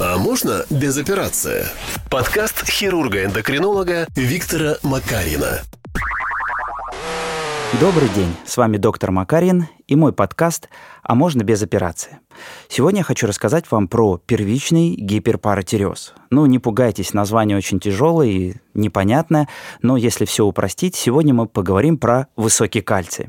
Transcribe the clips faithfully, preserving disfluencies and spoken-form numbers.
А можно без операции? Подкаст хирурга-эндокринолога Виктора Макарина. Добрый день, с вами доктор Макарин и мой подкаст «А можно без операции?». Сегодня я хочу рассказать вам про первичный гиперпаратиреоз. Ну, не пугайтесь, название очень тяжелое и непонятное, но если все упростить, сегодня мы поговорим про высокий кальций.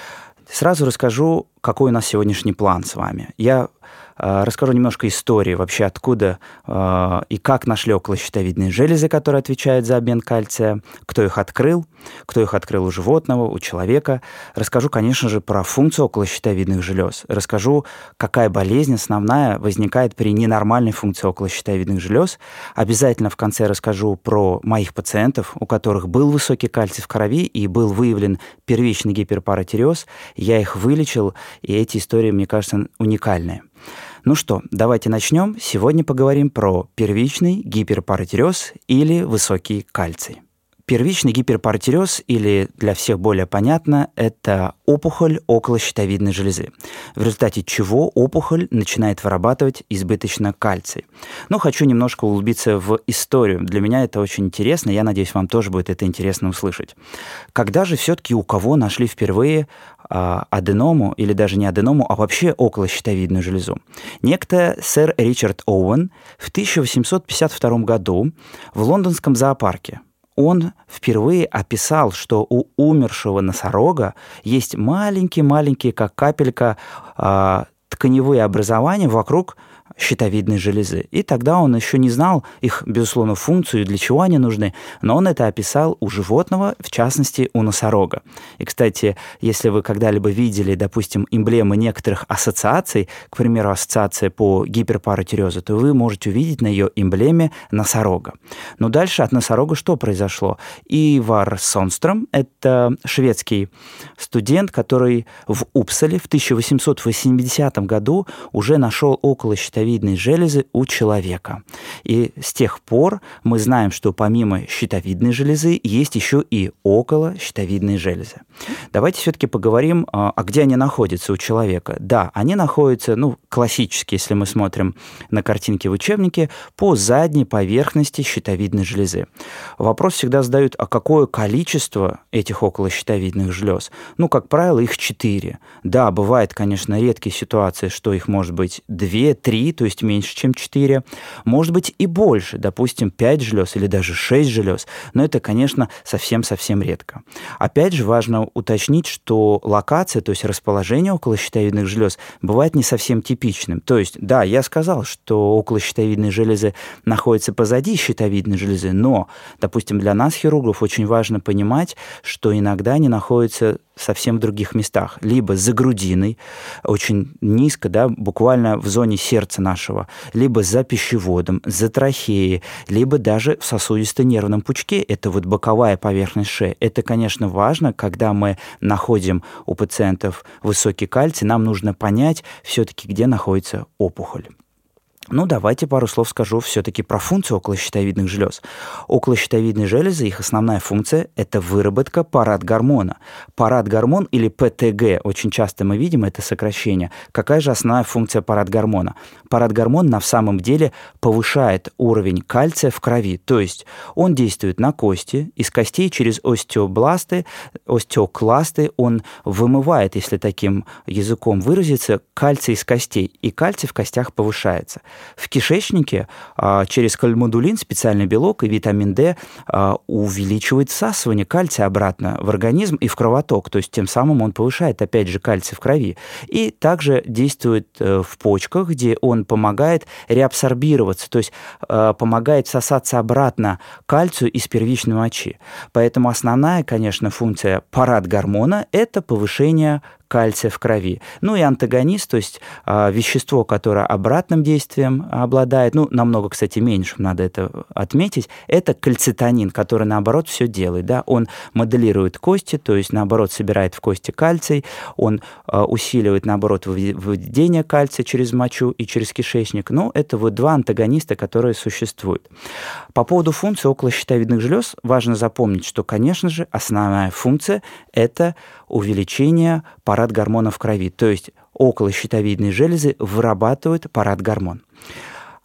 Сразу расскажу, какой у нас сегодняшний план с вами. Я э, расскажу немножко истории, вообще откуда э, и как нашли околощитовидные железы, которые отвечают за обмен кальция, кто их открыл, кто их открыл у животного, у человека. Расскажу, конечно же, про функцию околощитовидных желез. Расскажу, какая болезнь основная возникает при ненормальной функции околощитовидных желез. Обязательно в конце расскажу про моих пациентов, у которых был высокий кальций в крови и был выявлен первичный гиперпаратиреоз. Я их вылечил, и эти истории, мне кажется, уникальные. Ну что, давайте начнем. Сегодня поговорим про первичный гиперпаратиреоз или высокий кальций. Первичный гиперпаратиреоз, или для всех более понятно, это опухоль околощитовидной железы, в результате чего опухоль начинает вырабатывать избыточно кальций. Но хочу немножко углубиться в историю. Для меня это очень интересно, я надеюсь, вам тоже будет это интересно услышать. Когда же все-таки у кого нашли впервые а, аденому, или даже не аденому, а вообще околощитовидную железу? Некто сэр Ричард Оуэн в тысяча восемьсот пятьдесят втором году в лондонском зоопарке он впервые описал, что у умершего носорога есть маленькие-маленькие, как капелька, э, тканевые образования вокруг щитовидной железы. И тогда он еще не знал их, безусловно, функцию и для чего они нужны, но он это описал у животного, в частности, у носорога. И, кстати, если вы когда-либо видели, допустим, эмблемы некоторых ассоциаций, к примеру, ассоциация по гиперпаратиреозу, то вы можете увидеть на ее эмблеме носорога. Но дальше от носорога что произошло? Ивар Сонстром, это шведский студент, который в Упсале в тысяча восемьсот восьмидесятом году уже нашел околощитовидные железы у человека. И с тех пор мы знаем, что помимо щитовидной железы есть еще и околощитовидные железы. Давайте все-таки поговорим, а где они находятся у человека. Да, они находятся, ну, классически, если мы смотрим на картинки в учебнике, по задней поверхности щитовидной железы. Вопрос всегда задают, а какое количество этих околощитовидных желез? Ну, как правило, их четыре. Да, бывает, конечно, редкие ситуации, что их может быть две, три, то есть меньше, чем четыре. Может быть и больше, допустим, пять желез или даже шесть желез, но это, конечно, совсем-совсем редко. Опять же, важно уточнить, что локация, то есть расположение околощитовидных желез, бывает не совсем типичным. То есть, да, я сказал, что околощитовидные железы находятся позади щитовидной железы, но, допустим, для нас, хирургов, очень важно понимать, что иногда они находятся совсем в других местах. Либо за грудиной, очень низко, да, буквально в зоне сердца нашего, либо за пищеводом, за трахеей, либо даже в сосудисто-нервном пучке. Это вот боковая поверхность шеи. Это, конечно, важно, когда мы находим у пациентов высокий кальций, нам нужно понять все-таки, где находится опухоль. Ну, давайте пару слов скажу все-таки про функцию околощитовидных желез. Околощитовидные железы, их основная функция – это выработка парадгормона. Парадгормон или пэ тэ гэ, очень часто мы видим это сокращение. Какая же основная функция парадгормона? Парадгормон на самом деле повышает уровень кальция в крови, то есть он действует на кости, из костей через остеобласты, остеокласты, он вымывает, если таким языком выразиться, кальций из костей, и кальций в костях повышается. В кишечнике а, через кальмодулин, специальный белок, и витамин дэ а, увеличивает всасывание кальция обратно в организм и в кровоток, то есть тем самым он повышает, опять же, кальций в крови. И также действует э, в почках, где он помогает реабсорбироваться, то есть э, помогает всосаться обратно кальцию из первичной мочи. Поэтому основная, конечно, функция парадгормона – это повышение кальция в крови. Ну и антагонист, то есть а, вещество, которое обратным действием обладает, ну, намного, кстати, меньше, надо это отметить, это кальцитонин, который, наоборот, все делает. Да? Он моделирует кости, то есть, наоборот, собирает в кости кальций, он а, усиливает, наоборот, выведение кальция через мочу и через кишечник. Ну, это вот два антагониста, которые существуют. По поводу функции околощитовидных желез важно запомнить, что, конечно же, основная функция – это увеличение парадгормона в крови, то есть околощитовидные железы вырабатывают парадгормон.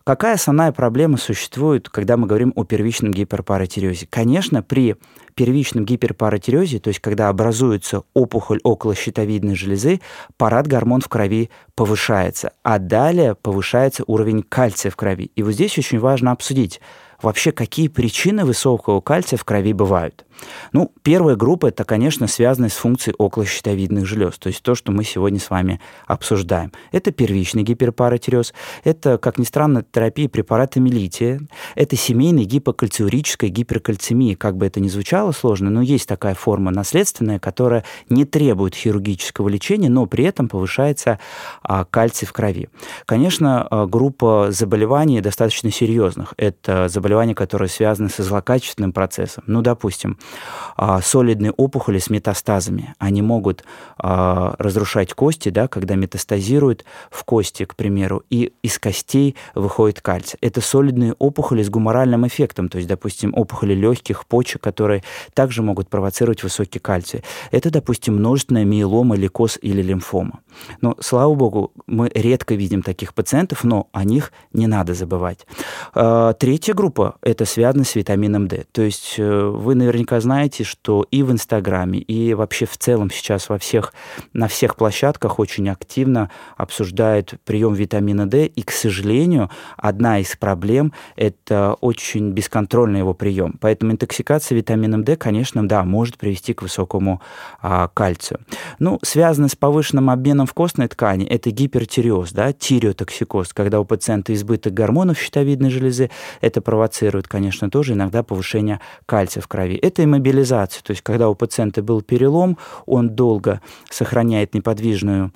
Какая основная проблема существует, когда мы говорим о первичном гиперпаратиреозе? Конечно, при первичном гиперпаратиреозе, то есть когда образуется опухоль около щитовидной железы, парад гормон в крови повышается, а далее повышается уровень кальция в крови. И вот здесь очень важно обсудить, вообще, какие причины высокого кальция в крови бывают. Ну, первая группа – это, конечно, связано с функцией околощитовидных желез, то есть то, что мы сегодня с вами обсуждаем. Это первичный гиперпаратиреоз, это, как ни странно, терапия препаратами лития, это семейная гипокальциурическая гиперкальцемия, как бы это ни звучало сложно, но есть такая форма наследственная, которая не требует хирургического лечения, но при этом повышается а, кальций в крови. Конечно, а, группа заболеваний достаточно серьезных. Это заболевания, которые связаны со злокачественным процессом. Ну, допустим, солидные опухоли с метастазами. Они могут а, разрушать кости, да, когда метастазируют в кости, к примеру, и из костей выходит кальций. Это солидные опухоли с гуморальным эффектом, то есть, допустим, опухоли легких, почек, которые также могут провоцировать высокий кальций. Это, допустим, множественная миелома, лейкоз или лимфома. Но, слава богу, мы редко видим таких пациентов, но о них не надо забывать. А, третья группа – это связано с витамином D. То есть вы наверняка знаете, что и в Инстаграме, и вообще в целом сейчас во всех, на всех площадках очень активно обсуждают прием витамина D, и, к сожалению, одна из проблем – это очень бесконтрольный его прием. Поэтому интоксикация витамином D, конечно, да, может привести к высокому а, кальцию. Ну, связано с повышенным обменом в костной ткани, это гипертиреоз, да, тиреотоксикоз, когда у пациента избыток гормонов щитовидной железы, это провоцирует, конечно, тоже иногда повышение кальция в крови. Это иммобилизация, то есть когда у пациента был перелом, он долго сохраняет неподвижную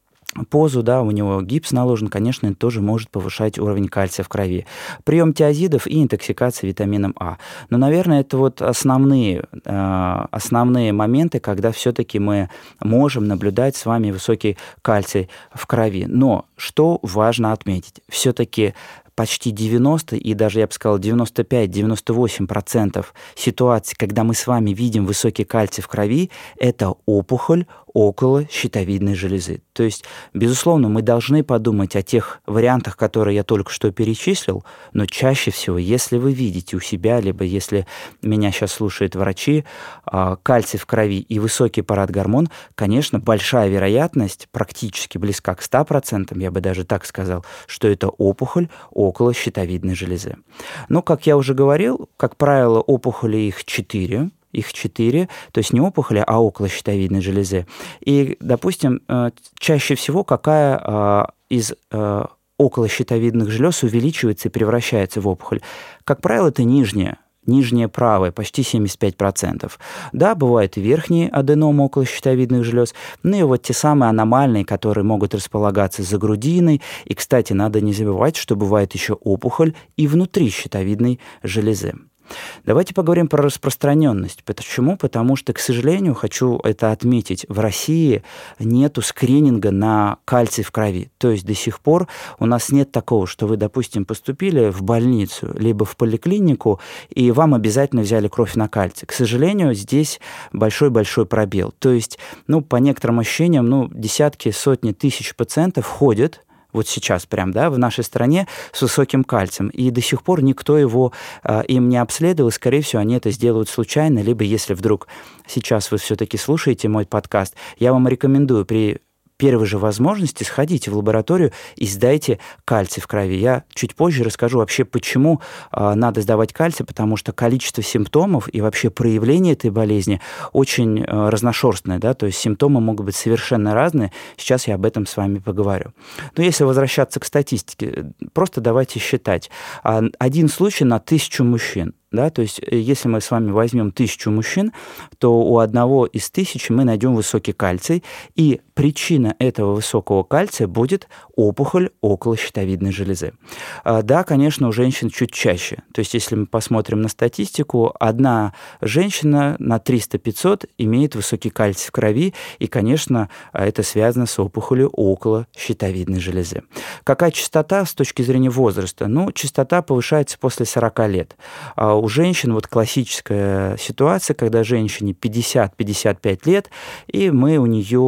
позу, да, у него гипс наложен, конечно, это тоже может повышать уровень кальция в крови. Прием тиазидов и интоксикация витамином А. Но, наверное, это вот основные, э, основные моменты, когда все-таки мы можем наблюдать с вами высокий кальций в крови. Но что важно отметить? Все-таки почти девяносто и даже, я бы сказал, девяносто пять - девяносто восемь процентов ситуаций, когда мы с вами видим высокий кальций в крови, это опухоль около щитовидной железы. То есть, безусловно, мы должны подумать о тех вариантах, которые я только что перечислил, но чаще всего, если вы видите у себя, либо если меня сейчас слушают врачи, кальций в крови и высокий парад гормон, конечно, большая вероятность, практически близка к ста процентам, я бы даже так сказал, что это опухоль около щитовидной железы. Но, как я уже говорил, как правило, опухоли их четыре, их четыре, то есть не опухоли, а около щитовидной железы. И, допустим, чаще всего какая из околощитовидных желез увеличивается и превращается в опухоль? Как правило, это нижняя, нижняя правая, почти семьдесят пять процентов. Да, бывают и верхние аденомы около щитовидных желез, ну и вот те самые аномальные, которые могут располагаться за грудиной. И, кстати, надо не забывать, что бывает еще опухоль и внутри щитовидной железы. Давайте поговорим про распространенность. Почему? Потому что, к сожалению, хочу это отметить, в России нету скрининга на кальций в крови. То есть до сих пор у нас нет такого, что вы, допустим, поступили в больницу, либо в поликлинику, и вам обязательно взяли кровь на кальций. К сожалению, здесь большой-большой пробел. То есть, ну, по некоторым ощущениям, ну, десятки, сотни тысяч пациентов ходят вот сейчас прям, да, в нашей стране с высоким кальцием, и до сих пор никто его э, им не обследовал, и, скорее всего, они это сделают случайно, либо если вдруг сейчас вы все-таки слушаете мой подкаст, я вам рекомендую при первой же возможности сходите в лабораторию и сдайте кальций в крови. Я чуть позже расскажу вообще, почему э, надо сдавать кальций, потому что количество симптомов и вообще проявление этой болезни очень э, разношерстное, да, то есть симптомы могут быть совершенно разные. Сейчас я об этом с вами поговорю. Но если возвращаться к статистике, просто давайте считать. Один случай на тысячу мужчин. Да, то есть, если мы с вами возьмем тысячу мужчин, то у одного из тысячи мы найдем высокий кальций, и причина этого высокого кальция будет опухоль около щитовидной железы. Да, конечно, у женщин чуть чаще. То есть, если мы посмотрим на статистику, одна женщина на триста-пятьсот имеет высокий кальций в крови, и, конечно, это связано с опухолью около щитовидной железы. Какая частота с точки зрения возраста? Ну, частота повышается после сорока лет. У женщин вот классическая ситуация, когда женщине пятьдесят - пятьдесят пять лет, и мы у нее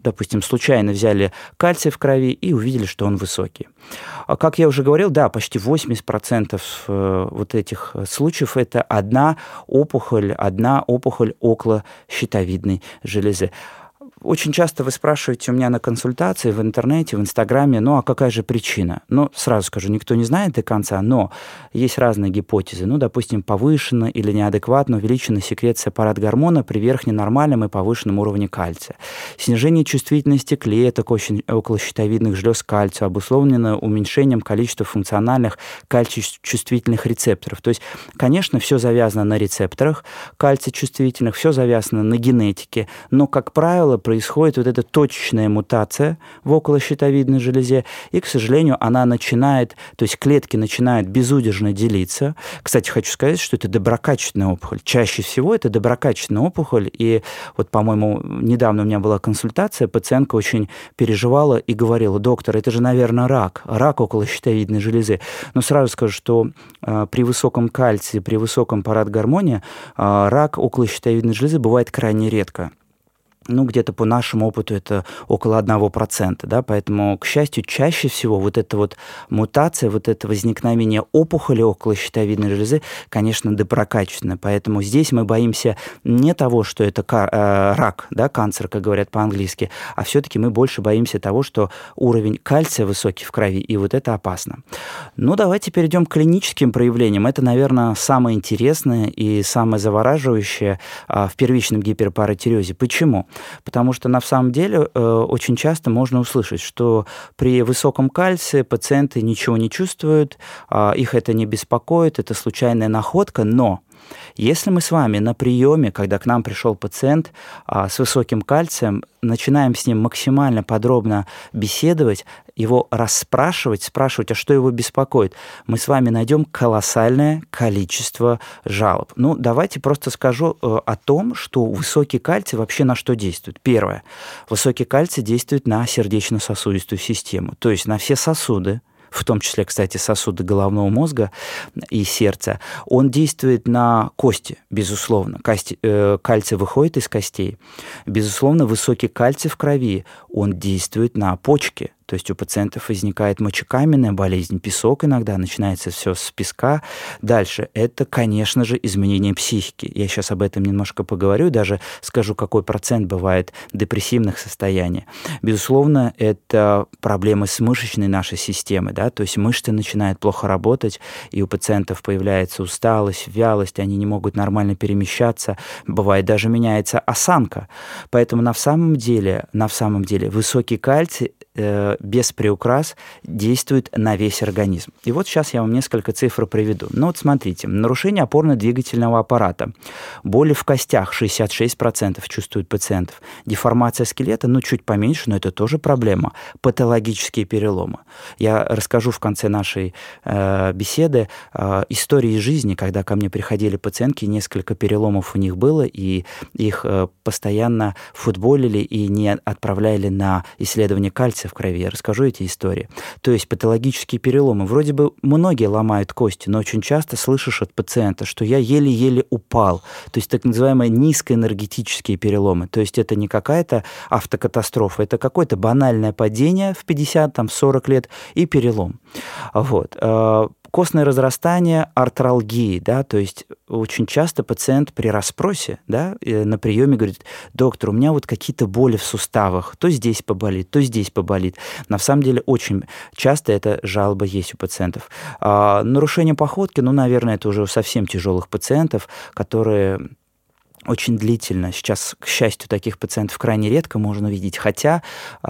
допустим, случайно взяли кальций в крови и увидели, что он высокий. А как я уже говорил, да, почти восемьдесят процентов вот этих случаев – это одна опухоль, одна опухоль около щитовидной железы. Очень часто вы спрашиваете у меня на консультации в интернете, в Инстаграме, ну а какая же причина? Ну, сразу скажу, никто не знает до конца, но есть разные гипотезы. Ну, допустим, повышена или неадекватно увеличена секреция парагормона при верхненормальном и повышенном уровне кальция. Снижение чувствительности клеток околощитовидных желез к кальцию обусловлено уменьшением количества функциональных кальций-чувствительных рецепторов. То есть, конечно, все завязано на рецепторах кальций-чувствительных, все завязано на генетике, но, как правило, происходит вот эта точечная мутация в околощитовидной железе, и, к сожалению, она начинает, то есть клетки начинают безудержно делиться. Кстати, хочу сказать, что это доброкачественная опухоль. Чаще всего это доброкачественная опухоль, и вот, по-моему, недавно у меня была консультация, пациентка очень переживала и говорила: доктор, это же, наверное, рак, рак околощитовидной железы. Но сразу скажу, что э, при высоком кальции, при высоком парагормоне э, рак околощитовидной железы бывает крайне редко. Ну, где-то по нашему опыту это около одного процента, да, поэтому, к счастью, чаще всего вот эта вот мутация, вот это возникновение опухоли околощитовидной железы, конечно, доброкачественное, поэтому здесь мы боимся не того, что это кар- э, рак, да, канцер, как говорят по-английски, а все-таки мы больше боимся того, что уровень кальция высокий в крови, и вот это опасно. Ну, давайте перейдем к клиническим проявлениям. Это, наверное, самое интересное и самое завораживающее э, в первичном гиперпаратиреозе. Почему? Потому что на самом деле э, очень часто можно услышать, что при высоком кальции пациенты ничего не чувствуют, э, их это не беспокоит, это случайная находка, но если мы с вами на приеме, когда к нам пришел пациент а, с высоким кальцием, начинаем с ним максимально подробно беседовать, его расспрашивать, спрашивать, а что его беспокоит, мы с вами найдем колоссальное количество жалоб. Ну, давайте просто скажу э, о том, что высокий кальций вообще на что действует. Первое. Высокий кальций действует на сердечно-сосудистую систему, то есть на все сосуды, в том числе, кстати, сосуды головного мозга и сердца. Он действует на кости, безусловно. Кости, э, кальций выходит из костей. Безусловно, высокий кальций в крови, он действует на почки. То есть у пациентов возникает мочекаменная болезнь, песок иногда, начинается все с песка. Дальше, это, конечно же, изменение психики. Я сейчас об этом немножко поговорю, даже скажу, какой процент бывает депрессивных состояний. Безусловно, это проблемы с мышечной нашей системой, да, то есть мышцы начинают плохо работать, и у пациентов появляется усталость, вялость, они не могут нормально перемещаться, бывает даже меняется осанка. Поэтому на самом деле, на самом деле высокий кальций без приукрас действует на весь организм. И вот сейчас я вам несколько цифр приведу. Ну вот смотрите, нарушение опорно-двигательного аппарата, боли в костях шестьдесят шесть процентов чувствуют пациентов, деформация скелета, ну чуть поменьше, но это тоже проблема, патологические переломы. Я расскажу в конце нашей э, беседы э, истории из жизни, когда ко мне приходили пациентки, несколько переломов у них было, и их э, постоянно футболили и не отправляли на исследование кальция в крови. Я расскажу эти истории. То есть патологические переломы. Вроде бы многие ломают кости, но очень часто слышишь от пациента, что я еле-еле упал. То есть так называемые низкоэнергетические переломы. То есть это не какая-то автокатастрофа, это какое-то банальное падение в пятьдесят-сорок лет и перелом. Вот. Костное разрастание, артралгии, да, то есть очень часто пациент при расспросе, да, на приеме говорит: доктор, у меня вот какие-то боли в суставах, то здесь поболит, то здесь поболит. На самом деле очень часто эта жалоба есть у пациентов. А, нарушение походки, ну, наверное, это уже у совсем тяжелых пациентов, которые очень длительно. Сейчас, к счастью, таких пациентов крайне редко можно видеть. Хотя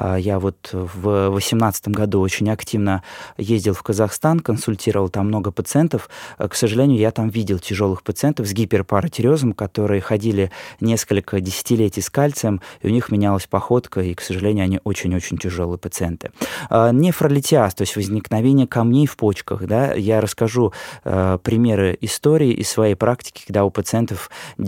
я вот в две тысячи восемнадцатом году очень активно ездил в Казахстан, консультировал там много пациентов. К сожалению, я там видел тяжелых пациентов с гиперпаратиреозом, которые ходили несколько десятилетий с кальцием, и у них менялась походка, и, к сожалению, они очень-очень тяжелые пациенты. Нефролитиаз, то есть возникновение камней в почках. Да, я расскажу примеры истории из своей практики, когда у пациентов делалась колоссальная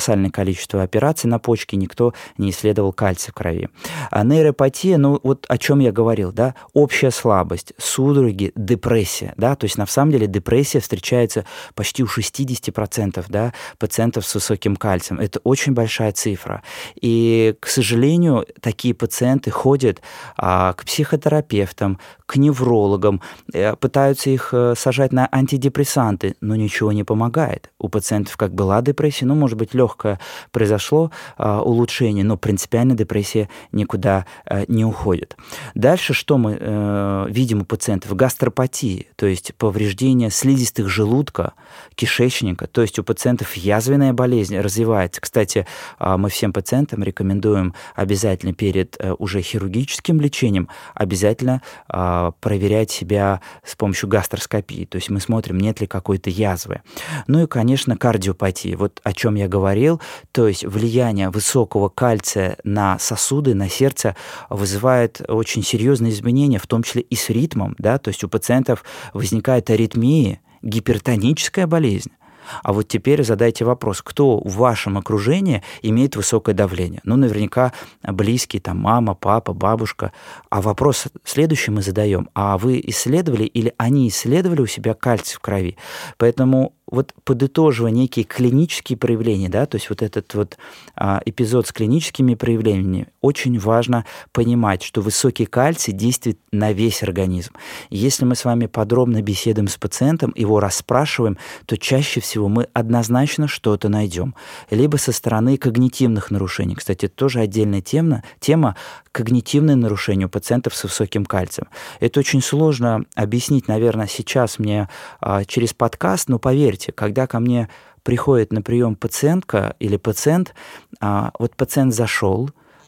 колоссальное количество операций на почке, никто не исследовал кальций в крови. А нейропатия, ну вот о чем я говорил, да, общая слабость, судороги, депрессия, да, то есть на самом деле депрессия встречается почти у шестьдесят процентов, да, пациентов с высоким кальцием. Это очень большая цифра. И, к сожалению, такие пациенты ходят а, к психотерапевтам, к неврологам, пытаются их сажать на антидепрессанты, но ничего не помогает. У пациентов как была депрессия, ну, может быть, легкое произошло а, улучшение, но принципиально депрессия никуда а, не уходит. Дальше что мы э, видим у пациентов? Гастропатии, то есть повреждение слизистых желудка, кишечника, то есть у пациентов язвенная болезнь развивается. Кстати, э, мы всем пациентам рекомендуем обязательно перед э, уже хирургическим лечением обязательно э, проверять себя с помощью гастроскопии, то есть мы смотрим, нет ли какой-то язвы. Ну и, конечно, кардиопатия, вот о чем я говорил, то есть влияние высокого кальция на сосуды, на сердце вызывает очень серьезные изменения, в том числе и с ритмом, да, то есть у пациентов возникают аритмии, гипертоническая болезнь. А вот теперь задайте вопрос, кто в вашем окружении имеет высокое давление? Ну, наверняка близкие, там, мама, папа, бабушка. А вопрос следующий мы задаем, а вы исследовали или они исследовали у себя кальций в крови? Поэтому вот подытоживая некие клинические проявления, да, то есть вот этот вот а, эпизод с клиническими проявлениями, очень важно понимать, что высокий кальций действует на весь организм. Если мы с вами подробно беседуем с пациентом, его расспрашиваем, то чаще всего мы однозначно что-то найдем. Либо со стороны когнитивных нарушений. Кстати, это тоже отдельная тема, тема когнитивные нарушения у пациентов с высоким кальцием. Это очень сложно объяснить, наверное, сейчас мне а, через подкаст, но поверьте, когда ко мне приходит на прием пациентка или пациент, а, вот пациент зашел,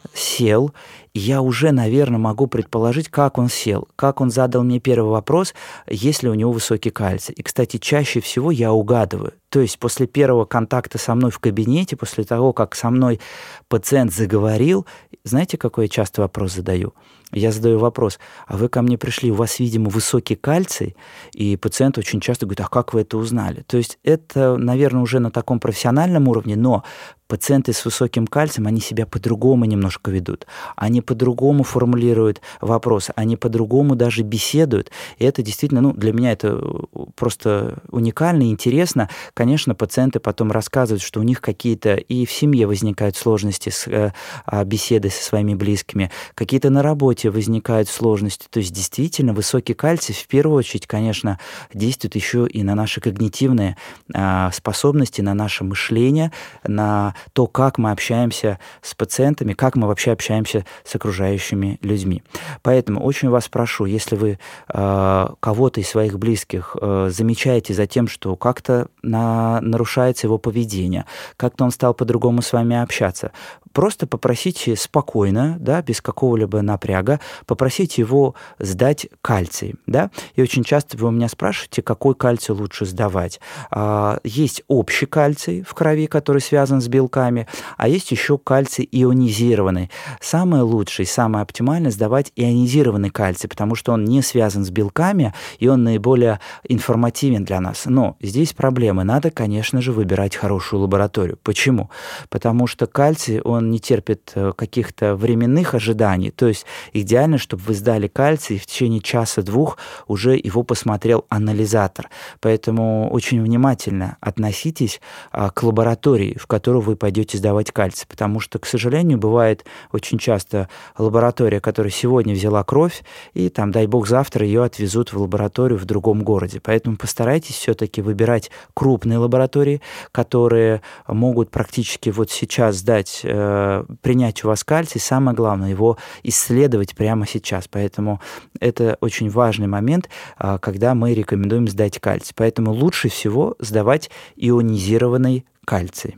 сел, и я уже, наверное, могу предположить, как он сел, как он задал мне первый вопрос, есть ли у него высокий кальций. И, кстати, чаще всего я угадываю. То есть после первого контакта со мной в кабинете, после того, как со мной пациент заговорил, знаете, какой я часто вопрос задаю? Я задаю вопрос, а вы ко мне пришли, у вас, видимо, высокий кальций, и пациент очень часто говорит, а как вы это узнали? То есть это, наверное, уже на таком профессиональном уровне, но пациенты с высоким кальцием, они себя по-другому немножко ведут, они по-другому формулируют вопросы, они по-другому даже беседуют, и это действительно, ну, для меня это просто уникально и интересно. Конечно, пациенты потом рассказывают, что у них какие-то и в семье возникают сложности с э, беседой со своими близкими, какие-то на работе возникают сложности. То есть действительно высокий кальций в первую очередь, конечно, действует еще и на наши когнитивные э, способности, на наше мышление, на то, как мы общаемся с пациентами, как мы вообще общаемся с окружающими людьми. Поэтому очень вас прошу, если вы э, кого-то из своих близких э, замечаете за тем, что как-то на, нарушается его поведение, как-то он стал по-другому с вами общаться, просто попросите спокойно, да, без какого-либо напряга, попросите его сдать кальций, да, и очень часто вы у меня спрашиваете, какой кальций лучше сдавать. А, есть общий кальций в крови, который связан с белками, а есть еще кальций ионизированный. Самое лучшее, самое оптимальное сдавать ионизированный кальций, потому что он не связан с белками, и он наиболее информативен для нас. Но здесь проблемы. Надо, конечно же, выбирать хорошую лабораторию. Почему? Потому что кальций, он не терпит каких-то временных ожиданий. То есть идеально, чтобы вы сдали кальций, и в течение часа-двух уже его посмотрел анализатор. Поэтому очень внимательно относитесь а, к лаборатории, в которую вы пойдете сдавать кальций. Потому что, к сожалению, бывает очень часто лаборатория, которая сегодня взяла кровь, и там, дай бог, завтра ее отвезут в лабораторию в другом городе. Поэтому постарайтесь все-таки выбирать крупные лаборатории, которые могут практически вот сейчас сдать, э, принять у вас кальций. Самое главное, его исследовать прямо сейчас. Поэтому это очень важный момент, э, когда мы рекомендуем сдать кальций. Поэтому лучше всего сдавать ионизированный кальций.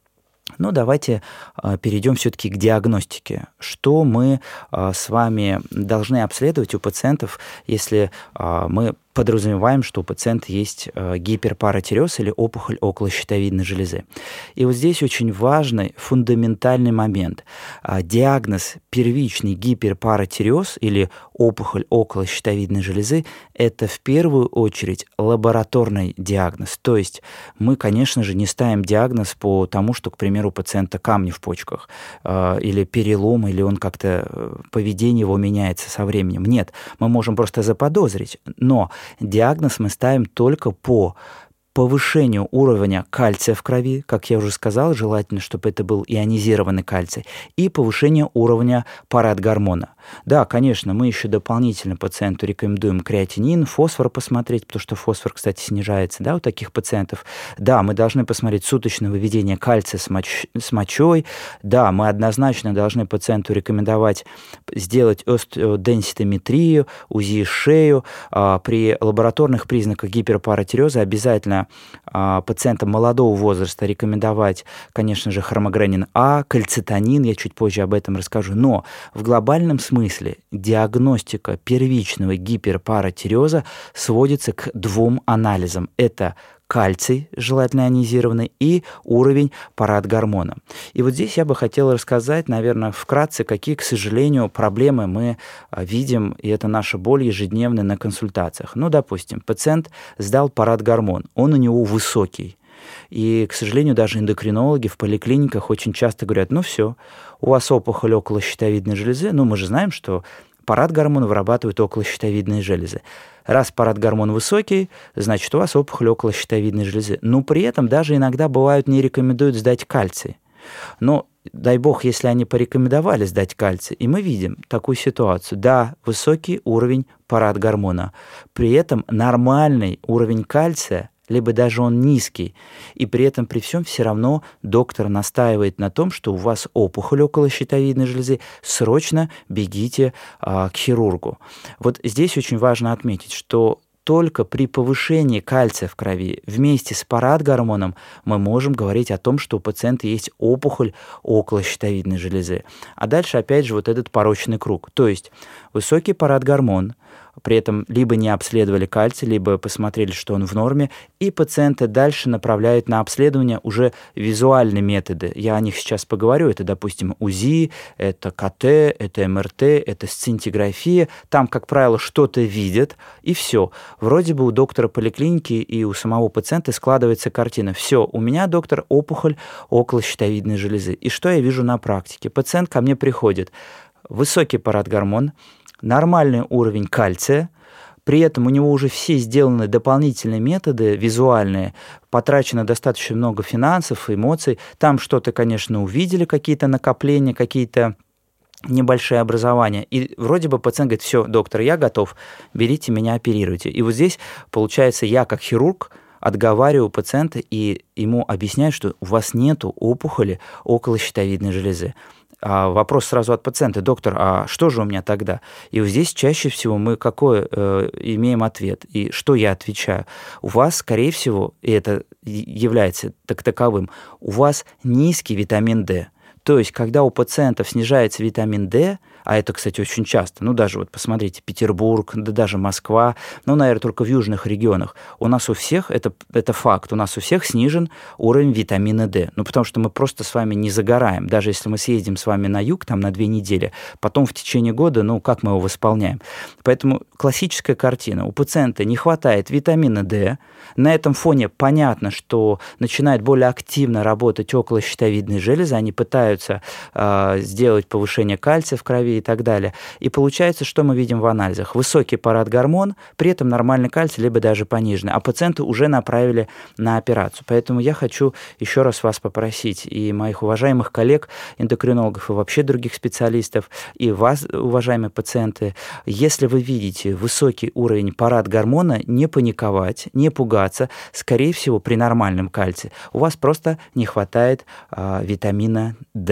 Ну, давайте э, перейдем все-таки к диагностике. Что мы э, с вами должны обследовать у пациентов, если э, мы подразумеваем, что у пациента есть э, гиперпаратиреоз или опухоль околощитовидной железы. И вот здесь очень важный фундаментальный момент. А, диагноз первичный гиперпаратиреоз или опухоль околощитовидной железы – это в первую очередь лабораторный диагноз. То есть мы, конечно же, не ставим диагноз по тому, что, к примеру, у пациента камни в почках э, или перелом, или он как-то, э, поведение его меняется со временем. Нет, мы можем просто заподозрить, но диагноз мы ставим только по повышению уровня кальция в крови, как я уже сказал, желательно, чтобы это был ионизированный кальций, и повышение уровня парадгормона. Да, конечно, мы еще дополнительно пациенту рекомендуем креатинин, фосфор посмотреть, потому что фосфор, кстати, снижается, да, у таких пациентов. Да, мы должны посмотреть суточное выведение кальция с, моч... с мочой. Да, мы однозначно должны пациенту рекомендовать сделать остеоденситометрию, УЗИ шею. При лабораторных признаках гиперпаратиреоза обязательно пациентам молодого возраста рекомендовать, конечно же, хромогранин А, кальцитонин, я чуть позже об этом расскажу. Но в глобальном смысле диагностика первичного гиперпаратиреоза сводится к двум анализам. Это кальций, желательно ионизированный, и уровень парадгормона. И вот здесь я бы хотел рассказать, наверное, вкратце, какие, к сожалению, проблемы мы видим, и это наша боль ежедневная на консультациях. Ну, допустим, пациент сдал парадгормон, он у него высокий. И, к сожалению, даже эндокринологи в поликлиниках очень часто говорят: ну все, у вас опухоль околощитовидной железы, ну мы же знаем, что парадгормон вырабатывают околощитовидные железы. Раз парадгормон высокий, значит, у вас опухоль околощитовидной железы. Но при этом даже иногда бывают не рекомендуют сдать кальций. Но дай бог, если они порекомендовали сдать кальций, и мы видим такую ситуацию. Да, высокий уровень парадгормона, при этом нормальный уровень кальция, либо даже он низкий, и при этом при всем все равно доктор настаивает на том, что у вас опухоль околощитовидной железы, срочно бегите а, к хирургу. Вот здесь очень важно отметить, что только при повышении кальция в крови вместе с парадгормоном мы можем говорить о том, что у пациента есть опухоль околощитовидной железы. А дальше опять же вот этот порочный круг. То есть высокий парадгормон, при этом либо не обследовали кальций, либо посмотрели, что он в норме, и пациента дальше направляют на обследование уже визуальные методы. Я о них сейчас поговорю. Это, допустим, УЗИ, это КТ, это МРТ, это сцинтиграфия. Там, как правило, что-то видят, и все. Вроде бы у доктора поликлиники и у самого пациента складывается картина. Все, у меня, доктор, опухоль околощитовидной железы. И что я вижу на практике? Пациент ко мне приходит. Высокий парадгормон, нормальный уровень кальция, при этом у него уже все сделаны дополнительные методы визуальные, потрачено достаточно много финансов, эмоций, там что-то, конечно, увидели, какие-то накопления, какие-то небольшие образования. И вроде бы пациент говорит: все, доктор, я готов, берите меня, оперируйте. И вот здесь, получается, я как хирург отговариваю пациента и ему объясняю, что у вас нету опухоли околощитовидной железы. А вопрос сразу от пациента: доктор, а что же у меня тогда? И вот здесь чаще всего мы какой э, имеем ответ? И что я отвечаю? У вас, скорее всего, и это является так таковым, у вас низкий витамин D. То есть, когда у пациентов снижается витамин D, а это, кстати, очень часто, ну, даже вот посмотрите, Петербург, да даже Москва, ну, наверное, только в южных регионах, у нас у всех, это, это факт, у нас у всех снижен уровень витамина D. Ну, потому что мы просто с вами не загораем. Даже если мы съездим с вами на юг, там, на две недели, потом в течение года, ну, как мы его восполняем? Поэтому классическая картина. У пациента не хватает витамина D, на этом фоне понятно, что начинает более активно работать околощитовидные железы, они пытаются э, сделать повышение кальция в крови и так далее. И получается, что мы видим в анализах? Высокий парадгормон, при этом нормальный кальций, либо даже пониженный, а пациента уже направили на операцию. Поэтому я хочу еще раз вас попросить, и моих уважаемых коллег, эндокринологов, и вообще других специалистов, и вас, уважаемые пациенты, если вы видите высокий уровень парадгормона, не паниковать, не пугаться. Скорее всего, при нормальном кальции у вас просто не хватает а, витамина D.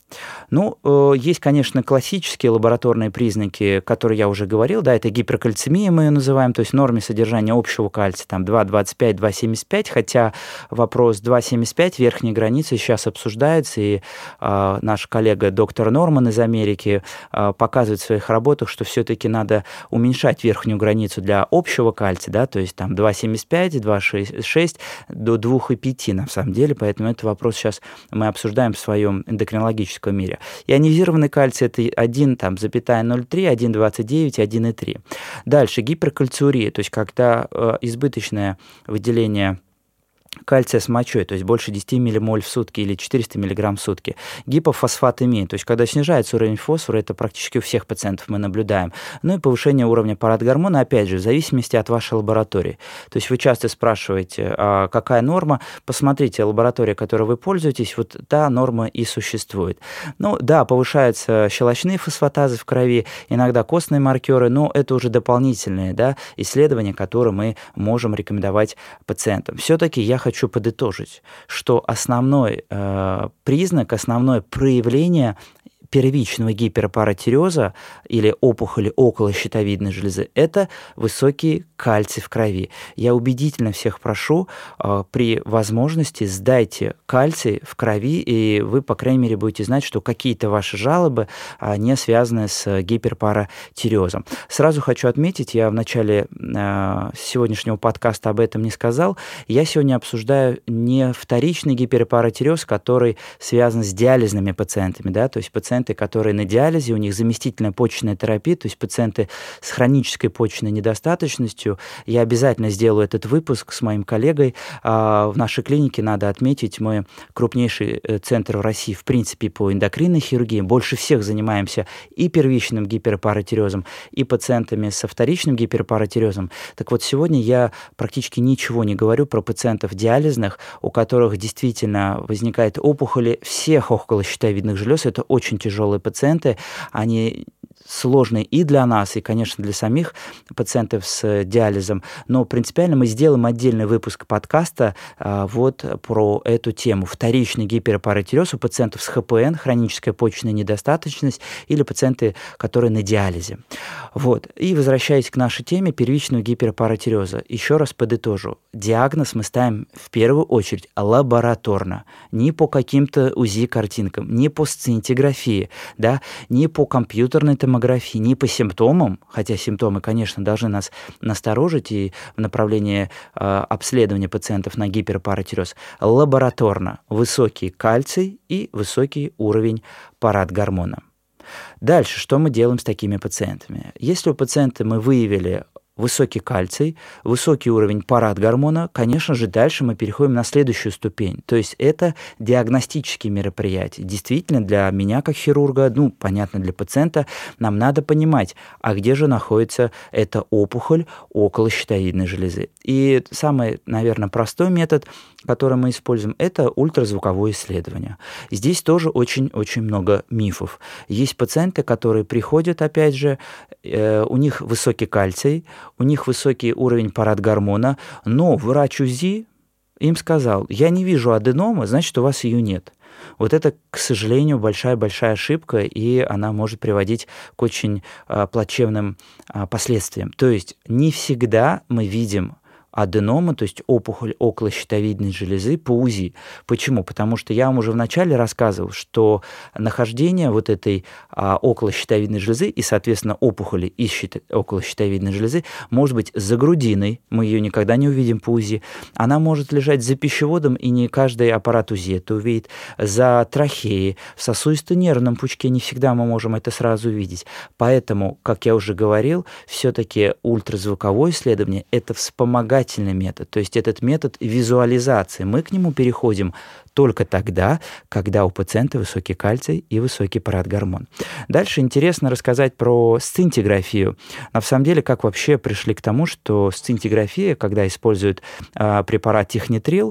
Ну, есть, конечно, классические лабораторные признаки, которые я уже говорил, да, это гиперкальцемия, мы ее называем, то есть в норме содержания общего кальция, там два двадцать пять - два семьдесят пять, хотя вопрос два семьдесят пять, верхней границы, сейчас обсуждается, и э, наш коллега доктор Норман из Америки э, показывает в своих работах, что все-таки надо уменьшать верхнюю границу для общего кальция, да, то есть там два семьдесят пять, два шесть до два и пять на самом деле, поэтому этот вопрос сейчас мы обсуждаем в своем эндокринологическом мире. Ионизированный кальций – это один ноль три, один двадцать девять, один и три. Дальше гиперкальциурия, то есть когда э, избыточное выделение кальция с мочой, то есть больше десять миллимоль в сутки или четыреста миллиграмм в сутки. Гипофосфатемия, то есть когда снижается уровень фосфора, это практически у всех пациентов мы наблюдаем. Ну и повышение уровня парадгормона, опять же, в зависимости от вашей лаборатории. То есть вы часто спрашиваете, а какая норма? Посмотрите, лаборатория, которой вы пользуетесь, вот та норма и существует. Ну да, повышаются щелочные фосфатазы в крови, иногда костные маркеры, но это уже дополнительные, да, исследования, которые мы можем рекомендовать пациентам. Все-таки я хочу подытожить, что основной э, признак, основное проявление первичного гиперпаратиреоза или опухоли около щитовидной железы – это высокий кальций в крови. Я убедительно всех прошу, э, при возможности сдайте кальций в крови, и вы, по крайней мере, будете знать, что какие-то ваши жалобы э, не связаны с гиперпаратиреозом. Сразу хочу отметить, я в начале э, сегодняшнего подкаста об этом не сказал, я сегодня обсуждаю не вторичный гиперпаратиреоз, который связан с диализными пациентами, да, то есть пациенты, которые на диализе, у них заместительная почечная терапия, то есть пациенты с хронической почечной недостаточностью. Я обязательно сделаю этот выпуск с моим коллегой. В нашей клинике, надо отметить, мы крупнейший центр в России, в принципе, по эндокринной хирургии. Больше всех занимаемся и первичным гиперпаратиреозом, и пациентами со вторичным гиперпаратиреозом. Так вот, сегодня я практически ничего не говорю про пациентов диализных, у которых действительно возникает опухоли всех околощитовидных желез. Это очень тяжелые пациенты, они сложные и для нас, и, конечно, для самих пациентов с диализом. Но принципиально мы сделаем отдельный выпуск подкаста а, вот про эту тему. Вторичный гиперпаратиреоз у пациентов с ха пэ эн, хроническая почечная недостаточность, или пациенты, которые на диализе. Вот. И возвращаясь к нашей теме первичного гиперпаратиреоза, еще раз подытожу. Диагноз мы ставим в первую очередь лабораторно. Не по каким-то УЗИ-картинкам, не по сцинтиграфии, да, не по компьютерной томографии, не по симптомам, хотя симптомы, конечно, должны нас насторожить и в направлении э, обследования пациентов на гиперпаратиреоз, лабораторно высокий кальций и высокий уровень парадгормона. Дальше, что мы делаем с такими пациентами? Если у пациента мы выявили высокий кальций, высокий уровень парадгормона, конечно же, дальше мы переходим на следующую ступень. То есть это диагностические мероприятия. Действительно, для меня, как хирурга, ну, понятно, для пациента, нам надо понимать, а где же находится эта опухоль около щитовидной железы. И самый, наверное, простой метод, который мы используем, это ультразвуковое исследование. Здесь тоже очень-очень много мифов. Есть пациенты, которые приходят, опять же, э, у них высокий кальций, у них высокий уровень парадгормона, но врач УЗИ им сказал: я не вижу аденомы, значит, у вас ее нет. Вот это, к сожалению, большая-большая ошибка, и она может приводить к очень а, плачевным а, последствиям. То есть не всегда мы видим аденома, то есть опухоль около щитовидной железы по УЗИ. Почему? Потому что я вам уже вначале рассказывал, что нахождение вот этой а, около щитовидной железы и, соответственно, опухоли из щит... около щитовидной железы может быть за грудиной, мы ее никогда не увидим по УЗИ, она может лежать за пищеводом, и не каждый аппарат УЗИ это увидит, за трахеей, в сосудисто-нервном пучке не всегда мы можем это сразу увидеть. Поэтому, как я уже говорил, все-таки ультразвуковое исследование – это вспомогательное метод, то есть этот метод визуализации. Мы к нему переходим только тогда, когда у пациента высокий кальций и высокий парадгормон. Дальше интересно рассказать про сцинтиграфию. На самом деле, как вообще пришли к тому, что сцинтиграфия, когда используют э, препарат тихнитрил,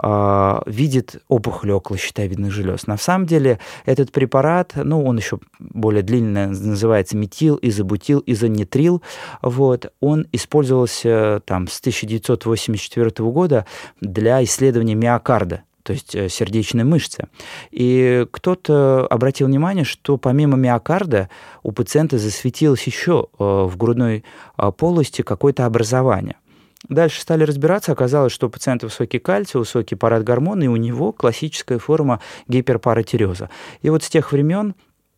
э, видит опухоль около щитовидных желез. На самом деле, этот препарат, ну, он еще более длинно называется метил, изобутил, изонитрил. Вот, он использовался там с тысяча девятьсот восемьдесят четвёртого года для исследования миокарда. то есть сердечной мышцы. И кто-то обратил внимание, что помимо миокарда у пациента засветилось еще в грудной полости какое-то образование. Дальше стали разбираться, оказалось, что у пациента высокий кальций, высокий парад гормона, и у него классическая форма гиперпаратиреоза. И вот с тех времен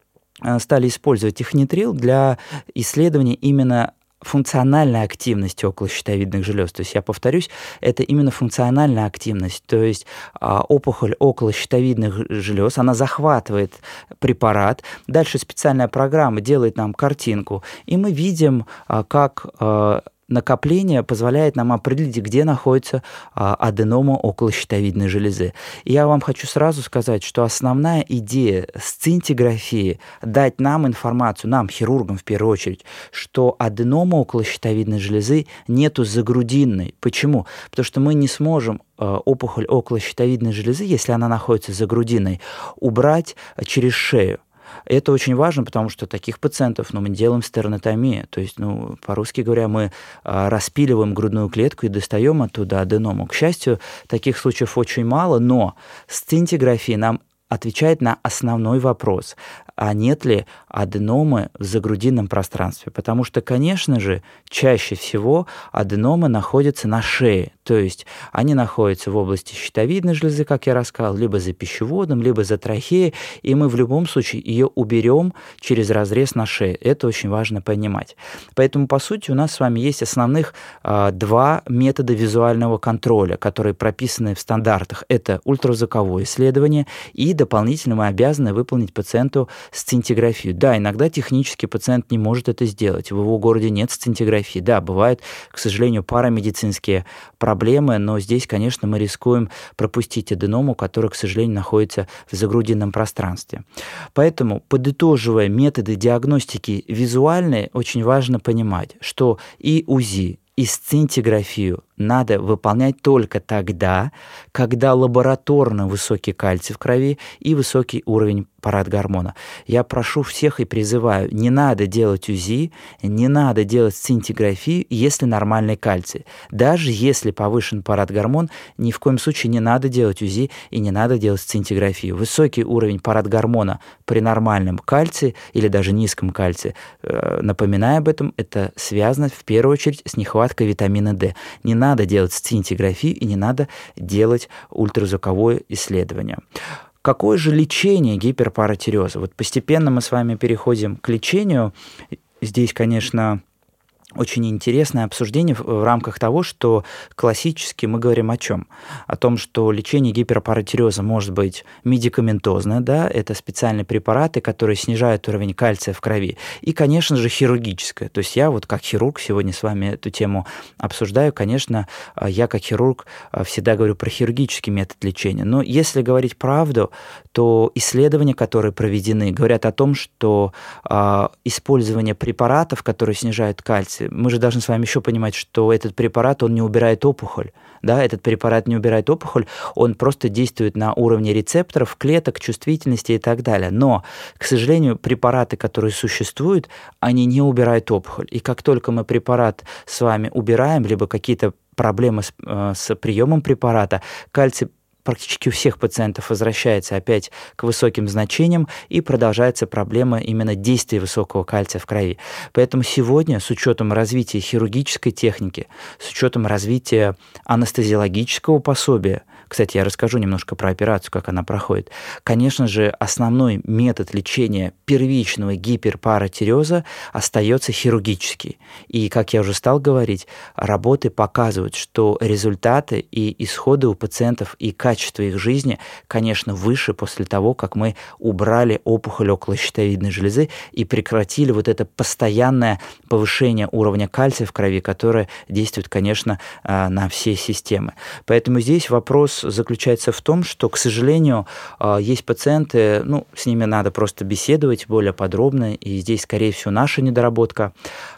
стали использовать тифнитрил для исследования именно функциональной активности околощитовидных желез. То есть, я повторюсь, это именно функциональная активность. То есть, опухоль околощитовидных желез, она захватывает препарат. Дальше специальная программа делает нам картинку, и мы видим, как накопление позволяет нам определить, где находится а, аденома околощитовидной железы. И я вам хочу сразу сказать, что основная идея сцинтиграфии дать нам информацию, нам, хирургам в первую очередь, что аденома околощитовидной железы нету загрудинной. Почему? Потому что мы не сможем а, опухоль околощитовидной железы, если она находится за грудиной, убрать а, через шею. Это очень важно, потому что таких пациентов, ну, мы делаем стернотомию, то есть, ну, по-русски говоря, мы а, распиливаем грудную клетку и достаем оттуда аденому. К счастью, таких случаев очень мало, но сцинтиграфия нам отвечает на основной вопрос, а нет ли аденомы в загрудинном пространстве. Потому что, конечно же, чаще всего аденомы находятся на шее, то есть они находятся в области щитовидной железы, как я рассказал, либо за пищеводом, либо за трахеей, и мы в любом случае ее уберем через разрез на шее. Это очень важно понимать. Поэтому, по сути, у нас с вами есть основных а, два метода визуального контроля, которые прописаны в стандартах. Это ультразвуковое исследование, и дополнительно мы обязаны выполнить пациенту сцинтиграфию. Да, иногда технически пациент не может это сделать. В его городе нет сцинтиграфии. Да, бывают, к сожалению, парамедицинские проблемы, но здесь, конечно, мы рискуем пропустить аденому, которая, к сожалению, находится в загрудинном пространстве. Поэтому, подытоживая методы диагностики визуальной, очень важно понимать, что и УЗИ, и сцинтиграфию надо выполнять только тогда, когда лабораторно высокий кальций в крови и высокий уровень парадгормона. Я прошу всех и призываю, не надо делать УЗИ, не надо делать сцинтиграфию, если нормальный кальций. Даже если повышен парадгормон, ни в коем случае не надо делать УЗИ и не надо делать сцинтиграфию. Высокий уровень парадгормона при нормальном кальции или даже низком кальции, напоминаю об этом, это связано в первую очередь с нехваткой витамина D. Не надо делать сцинтиграфию и не надо делать ультразвуковое исследование. Какое же лечение гиперпаратиреоза? Вот постепенно мы с вами переходим к лечению. Здесь, конечно, очень интересное обсуждение в рамках того, что классически мы говорим о чем? О том, что лечение гиперпаратиреоза может быть медикаментозное, да, это специальные препараты, которые снижают уровень кальция в крови, и, конечно же, хирургическое. То есть я вот как хирург сегодня с вами эту тему обсуждаю, конечно, я как хирург всегда говорю про хирургический метод лечения. Но если говорить правду, то исследования, которые проведены, говорят о том, что э, использование препаратов, которые снижают кальций, мы же должны с вами еще понимать, что этот препарат, он не убирает опухоль. Да, этот препарат не убирает опухоль, он просто действует на уровне рецепторов, клеток, чувствительности и так далее. Но, к сожалению, препараты, которые существуют, они не убирают опухоль. И как только мы препарат с вами убираем, либо какие-то проблемы с, э, с приемом препарата, кальций практически у всех пациентов возвращается опять к высоким значениям, и продолжается проблема именно действия высокого кальция в крови. Поэтому сегодня, с учетом развития хирургической техники, с учетом развития анестезиологического пособия, кстати, я расскажу немножко про операцию, как она проходит, конечно же, основной метод лечения первичного гиперпаратиреоза остается хирургический. И, как я уже стал говорить, работы показывают, что результаты и исходы у пациентов и качество их жизни, конечно, выше после того, как мы убрали опухоль околощитовидной железы и прекратили вот это постоянное повышение уровня кальция в крови, которое действует, конечно, на все системы. Поэтому здесь вопрос заключается в том, что, к сожалению, есть пациенты, ну, с ними надо просто беседовать более подробно, и здесь, скорее всего, наша недоработка,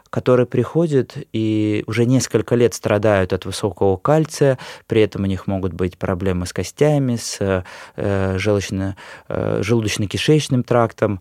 которые приходят и уже несколько лет страдают от высокого кальция, при этом у них могут быть проблемы с костями, с э, желудочно, э, желудочно-кишечным трактом,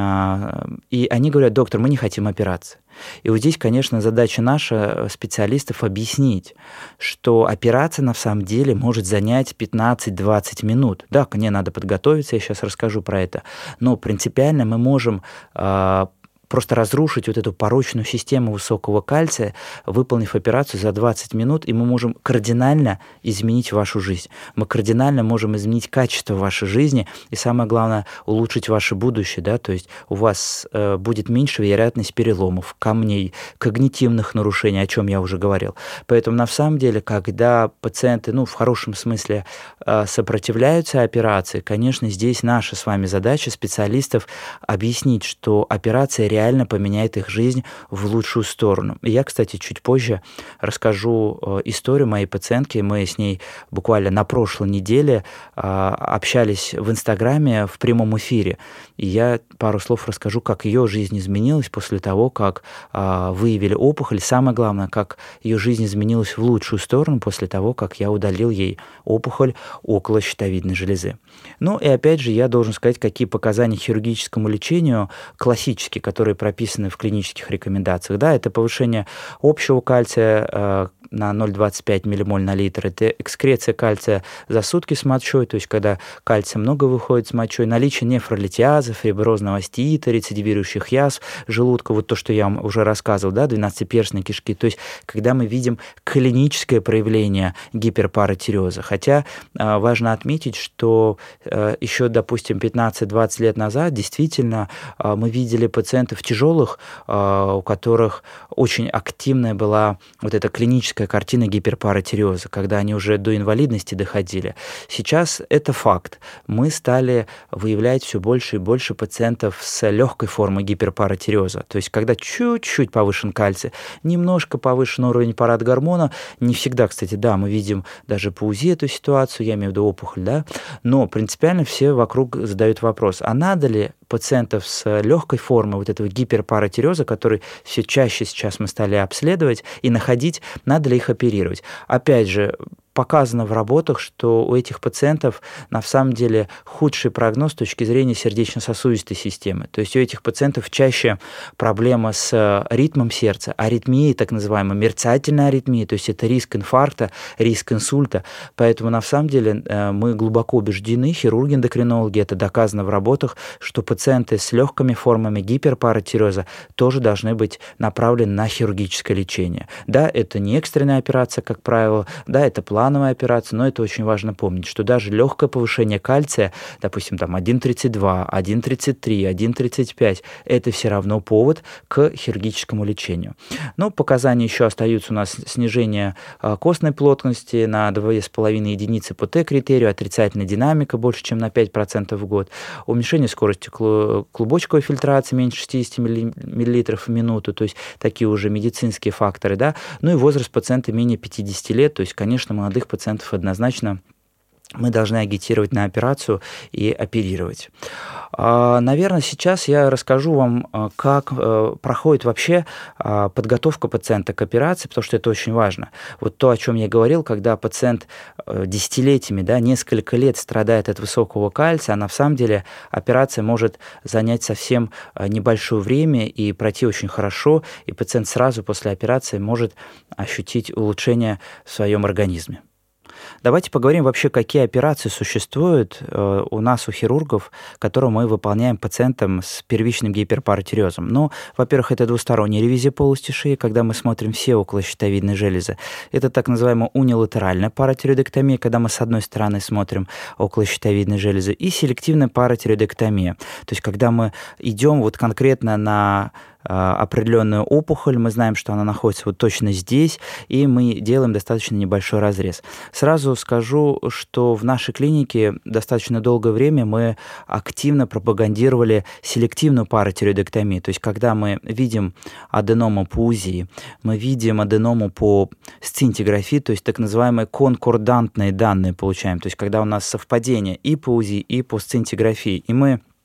э, и они говорят: доктор, мы не хотим операции. И вот здесь, конечно, задача наша, специалистов, объяснить, что операция на самом деле может занять пятнадцать-двадцать минут. Да, к ней надо подготовиться, я сейчас расскажу про это, но принципиально мы можем э, просто разрушить вот эту порочную систему высокого кальция, выполнив операцию за двадцать минут, и мы можем кардинально изменить вашу жизнь. Мы кардинально можем изменить качество вашей жизни, и самое главное, улучшить ваше будущее, да, то есть у вас э, будет меньше вероятность переломов, камней, когнитивных нарушений, о чем я уже говорил. Поэтому на самом деле, когда пациенты, ну, в хорошем смысле, э, сопротивляются операции, конечно, здесь наша с вами задача, специалистов, объяснить, что операция реально реально поменяет их жизнь в лучшую сторону. И я, кстати, чуть позже расскажу э, историю моей пациентки. Мы с ней буквально на прошлой неделе э, общались в Инстаграме в прямом эфире. И я пару слов расскажу, как ее жизнь изменилась после того, как э, выявили опухоль. Самое главное, как ее жизнь изменилась в лучшую сторону после того, как я удалил ей опухоль около щитовидной железы. Ну и опять же, я должен сказать, какие показания хирургическому лечению классические, которые прописаны в клинических рекомендациях. Да, это повышение общего кальция э, на ноль целых двадцать пять миллимоль на литр, это экскреция кальция за сутки с мочой, то есть когда кальция много выходит с мочой, наличие нефролитиаза, фиброзного остеита, рецидивирующих язв желудка, вот то, что я вам уже рассказывал, да, двенадцатиперстной кишки, то есть когда мы видим клиническое проявление гиперпаратиреоза. Хотя э, важно отметить, что э, еще, допустим, пятнадцать-двадцать лет назад действительно э, мы видели пациентов тяжелых, у которых очень активная была вот эта клиническая картина гиперпаратиреоза, когда они уже до инвалидности доходили. Сейчас это факт. Мы стали выявлять все больше и больше пациентов с легкой формой гиперпаратиреоза. То есть когда чуть-чуть повышен кальций, немножко повышен уровень парадгормона, не всегда, кстати, да, мы видим даже по УЗИ эту ситуацию, я имею в виду опухоль, да, но принципиально все вокруг задают вопрос, а надо ли пациентов с легкой формой вот этого гиперпаратиреоза, который все чаще сейчас мы стали обследовать и находить, надо ли их оперировать. Опять же, показано в работах, что у этих пациентов на самом деле худший прогноз с точки зрения сердечно-сосудистой системы. То есть у этих пациентов чаще проблема с ритмом сердца, аритмией, так называемой мерцательной аритмией, то есть это риск инфаркта, риск инсульта. Поэтому на самом деле мы глубоко убеждены, хирурги-эндокринологи, это доказано в работах, что пациенты с легкими формами гиперпаратиреоза тоже должны быть направлены на хирургическое лечение. Да, это не экстренная операция, как правило, да, это план плановая операция, но это очень важно помнить, что даже легкое повышение кальция, допустим, там один целых тридцать два, один целых тридцать три, один целых тридцать пять, это все равно повод к хирургическому лечению. Но показания еще остаются у нас: снижение костной плотности на две с половиной единицы по Т-критерию, отрицательная динамика больше, чем на пять процентов в год, уменьшение скорости клубочковой фильтрации меньше шестьдесят миллилитров в минуту, то есть такие уже медицинские факторы, да, ну и возраст пациента менее пятидесяти лет, то есть, конечно, мы молодых пациентов однозначно мы должны агитировать на операцию и оперировать. Наверное, сейчас я расскажу вам, как проходит вообще подготовка пациента к операции, потому что это очень важно. Вот то, о чем я говорил, когда пациент десятилетиями, да, несколько лет страдает от высокого кальция, а на самом деле операция может занять совсем небольшое время и пройти очень хорошо, и пациент сразу после операции может ощутить улучшение в своем организме. Давайте поговорим вообще, какие операции существуют э, у нас, у хирургов, которые мы выполняем пациентам с первичным гиперпаратиреозом. Ну, во-первых, это двусторонняя ревизия полости шеи, когда мы смотрим все околощитовидные железы. Это так называемая унилатеральная паратиреоидектомия, когда мы с одной стороны смотрим околощитовидные железы, и селективная паратиреоидектомия. То есть, когда мы идем вот конкретно на определенную опухоль, мы знаем, что она находится вот точно здесь, и мы делаем достаточно небольшой разрез. Сразу скажу, что в нашей клинике достаточно долгое время мы активно пропагандировали селективную паратиреоидектомию, то есть когда мы видим аденому по УЗИ, мы видим аденому по сцинтиграфии, то есть так называемые конкордантные данные получаем, то есть когда у нас совпадение и по УЗИ, и по сцинтиграфии, и мы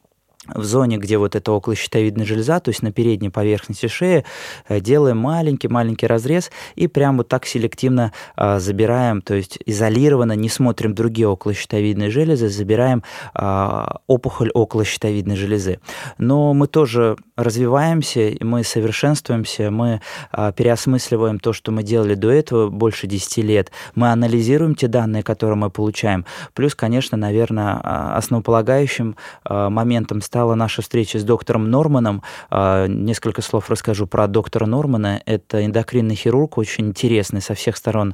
в зоне, где вот эта околощитовидная железа, то есть на передней поверхности шеи, делаем маленький-маленький разрез и прямо вот так селективно а, забираем, то есть изолированно, не смотрим другие околощитовидные железы, забираем а, опухоль околощитовидной железы. Но мы тоже развиваемся, мы совершенствуемся, мы а, переосмысливаем то, что мы делали до этого больше десяти лет, мы анализируем те данные, которые мы получаем. Плюс, конечно, наверное, основополагающим а, моментом стало стала наша встреча с доктором Норманом. Несколько слов расскажу про доктора Нормана. Это эндокринный хирург, очень интересный со всех сторон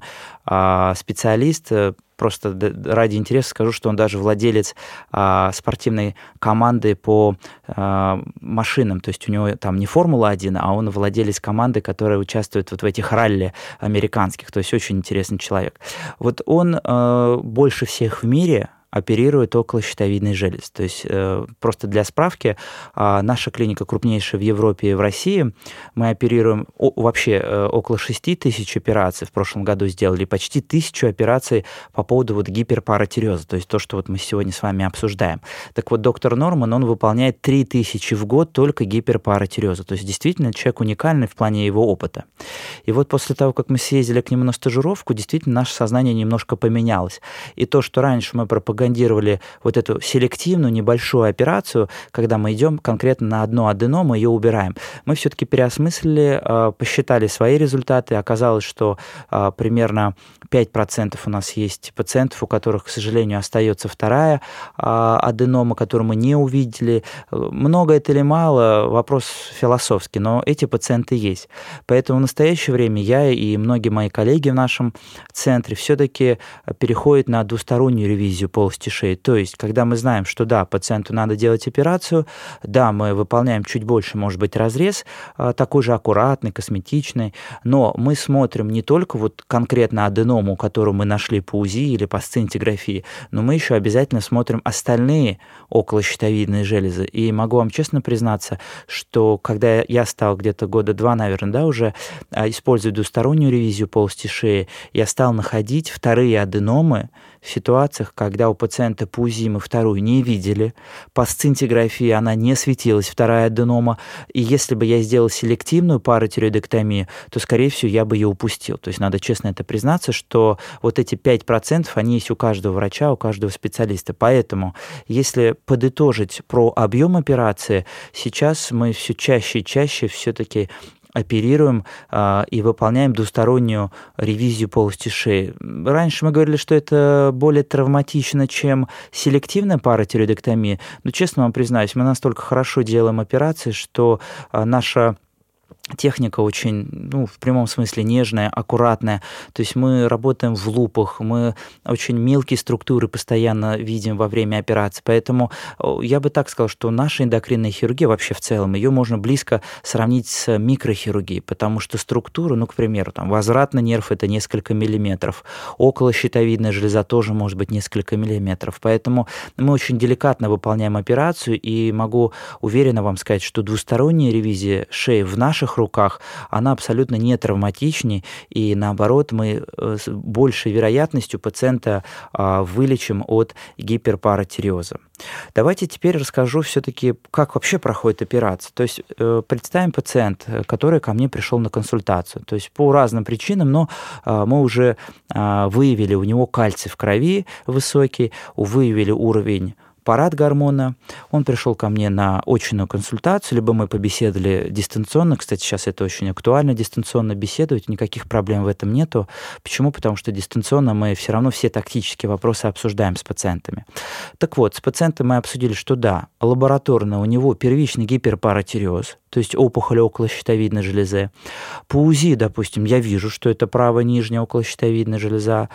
специалист. Просто ради интереса скажу, что он даже владелец а, спортивной команды по а, машинам. То есть у него там не Формула один, а он владелец команды, которая участвует вот в этих ралли американских. То есть очень интересный человек. Вот он а, больше всех в мире оперирует околощитовидной железы. То есть э, просто для справки, э, наша клиника крупнейшая в Европе и в России. Мы оперируем о, вообще э, около шести тысяч операций. В прошлом году сделали почти тысячу операций по поводу вот гиперпаратиреоза, то есть то, что вот мы сегодня с вами обсуждаем. Так вот, доктор Норман, он выполняет три тысячи в год только гиперпаратиреоза. То есть действительно человек уникальный в плане его опыта. И вот после того, как мы съездили к нему на стажировку, действительно наше сознание немножко поменялось. И то, что раньше мы пропагандировали вот эту селективную небольшую операцию, когда мы идем конкретно на одно аденома, ее убираем. Мы все-таки переосмыслили, посчитали свои результаты. Оказалось, что примерно пять процентов у нас есть пациентов, у которых, к сожалению, остается вторая аденома, которую мы не увидели. Много это или мало, вопрос философский, но эти пациенты есть. Поэтому в настоящее время я и многие мои коллеги в нашем центре все-таки переходят на двустороннюю ревизию полости шеи. То есть, когда мы знаем, что да, пациенту надо делать операцию, да, мы выполняем чуть больше, может быть, разрез, такой же аккуратный, косметичный, но мы смотрим не только вот конкретно аденому, которую мы нашли по УЗИ или по сцинтиграфии, но мы еще обязательно смотрим остальные околощитовидные железы. И могу вам честно признаться, что когда я стал где-то года два, наверное, да, уже использовать двустороннюю ревизию полости шеи, я стал находить вторые аденомы в ситуациях, когда у пациента по УЗИ мы вторую не видели, по сцинтиграфии она не светилась, вторая аденома, и если бы я сделал селективную паратиреоидектомию, то, скорее всего, я бы ее упустил. То есть надо честно это признаться, что вот эти пять процентов, они есть у каждого врача, у каждого специалиста. Поэтому, если подытожить про объем операции, сейчас мы все чаще и чаще все-таки оперируем а, и выполняем двустороннюю ревизию полости шеи. Раньше мы говорили, что это более травматично, чем селективная паратиреоидектомия, но, честно вам признаюсь, мы настолько хорошо делаем операции, что а, наша техника очень, ну, в прямом смысле нежная, аккуратная. То есть мы работаем в лупах, мы очень мелкие структуры постоянно видим во время операции. Поэтому я бы так сказал, что наша эндокринная хирургия вообще в целом, ее можно близко сравнить с микрохирургией, потому что структура, ну, к примеру, там, возвратный нерв – это несколько миллиметров, околощитовидная железа тоже может быть несколько миллиметров. Поэтому мы очень деликатно выполняем операцию, и могу уверенно вам сказать, что двусторонняя ревизия шеи в наших руках, она абсолютно не травматичнее, и наоборот, мы с большей вероятностью пациента вылечим от гиперпаратиреоза. Давайте теперь расскажу все-таки, как вообще проходит операция. То есть представим пациента, который ко мне пришел на консультацию. То есть по разным причинам, но мы уже выявили у него кальций в крови высокий, выявили уровень парад-гормона. Он пришел ко мне на очную консультацию, либо мы побеседовали дистанционно. Кстати, сейчас это очень актуально, дистанционно беседовать, никаких проблем в этом нету. Почему? Потому что дистанционно мы все равно все тактические вопросы обсуждаем с пациентами. Так вот, с пациентом мы обсудили, что да, лабораторно у него первичный гиперпаратиреоз, то есть опухоль околощитовидной железы. По УЗИ, допустим, я вижу, что это правая нижняя околощитовидная железа.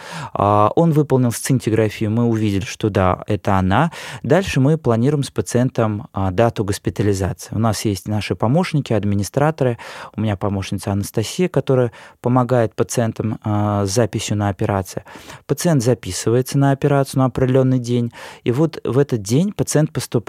Он выполнил сцинтиграфию, мы увидели, что да, это она. Дальше мы планируем с пациентом дату госпитализации. У нас есть наши помощники, администраторы. У меня помощница Анастасия, которая помогает пациентам с записью на операцию. Пациент записывается на операцию на определенный день, и вот в этот день пациент поступает.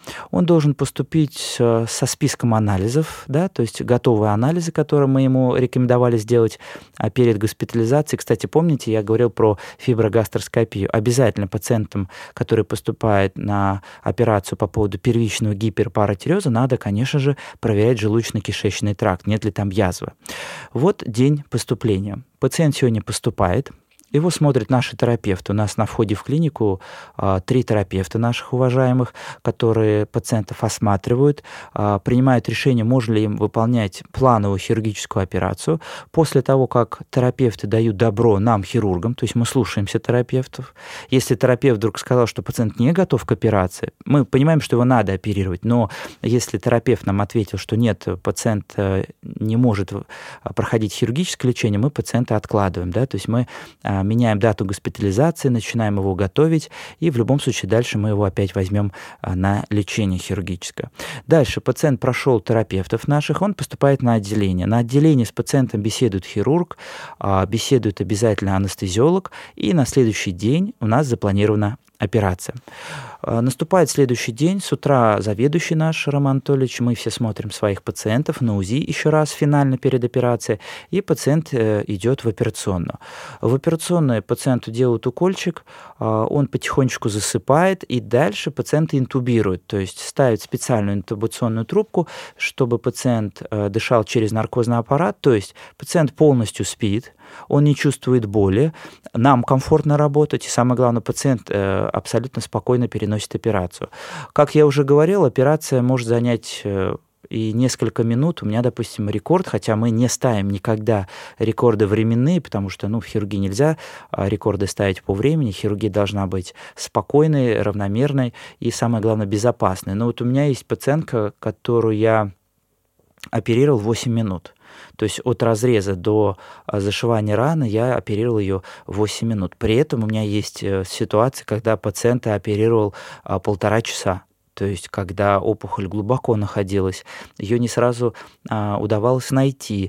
Он должен поступить со списком анализов, да, то есть готовые анализы, которые мы ему рекомендовали сделать перед госпитализацией. Кстати, помните, я говорил про фиброгастроскопию. Обязательно пациентам, которые поступают на операцию по поводу первичного гиперпаратиреоза, надо, конечно же, проверять желудочно-кишечный тракт, нет ли там язвы. Вот день поступления. Пациент сегодня поступает. Его смотрит наши терапевты. У нас на входе в клинику а, три терапевта наших уважаемых, которые пациентов осматривают, а, принимают решение, можно ли им выполнять плановую хирургическую операцию. После того, как терапевты дают добро нам, хирургам, то есть мы слушаемся терапевтов. Если терапевт вдруг сказал, что пациент не готов к операции, мы понимаем, что его надо оперировать, но если терапевт нам ответил, что нет, пациент не может проходить хирургическое лечение, мы пациента откладываем, да, то есть мы меняем дату госпитализации, начинаем его готовить, и в любом случае дальше мы его опять возьмем на лечение хирургическое. Дальше пациент прошел терапевтов наших, он поступает на отделение. На отделении с пациентом беседует хирург, беседует обязательно анестезиолог, и на следующий день у нас запланирована операция. Наступает следующий день, с утра заведующий наш Роман Анатольевич, мы все смотрим своих пациентов на УЗИ еще раз финально перед операцией, и пациент идет в операционную. В операционной пациенту делают укольчик, он потихонечку засыпает, и дальше пациента интубируют, то есть ставят специальную интубационную трубку, чтобы пациент дышал через наркозный аппарат, то есть пациент полностью спит, он не чувствует боли, нам комфортно работать, и самое главное, пациент э, абсолютно спокойно переносит операцию. Как я уже говорил, операция может занять э, и несколько минут. У меня, допустим, рекорд, хотя мы не ставим никогда рекорды временные, потому что ну, в хирургии нельзя рекорды ставить по времени, хирургия должна быть спокойной, равномерной и, самое главное, безопасной. Но вот у меня есть пациентка, которую я оперировал восемь минут. То есть от разреза до зашивания раны я оперировал ее восемь минут. При этом у меня есть ситуация, когда пациента оперировал полтора часа. То есть, когда опухоль глубоко находилась, ее не сразу а, удавалось найти.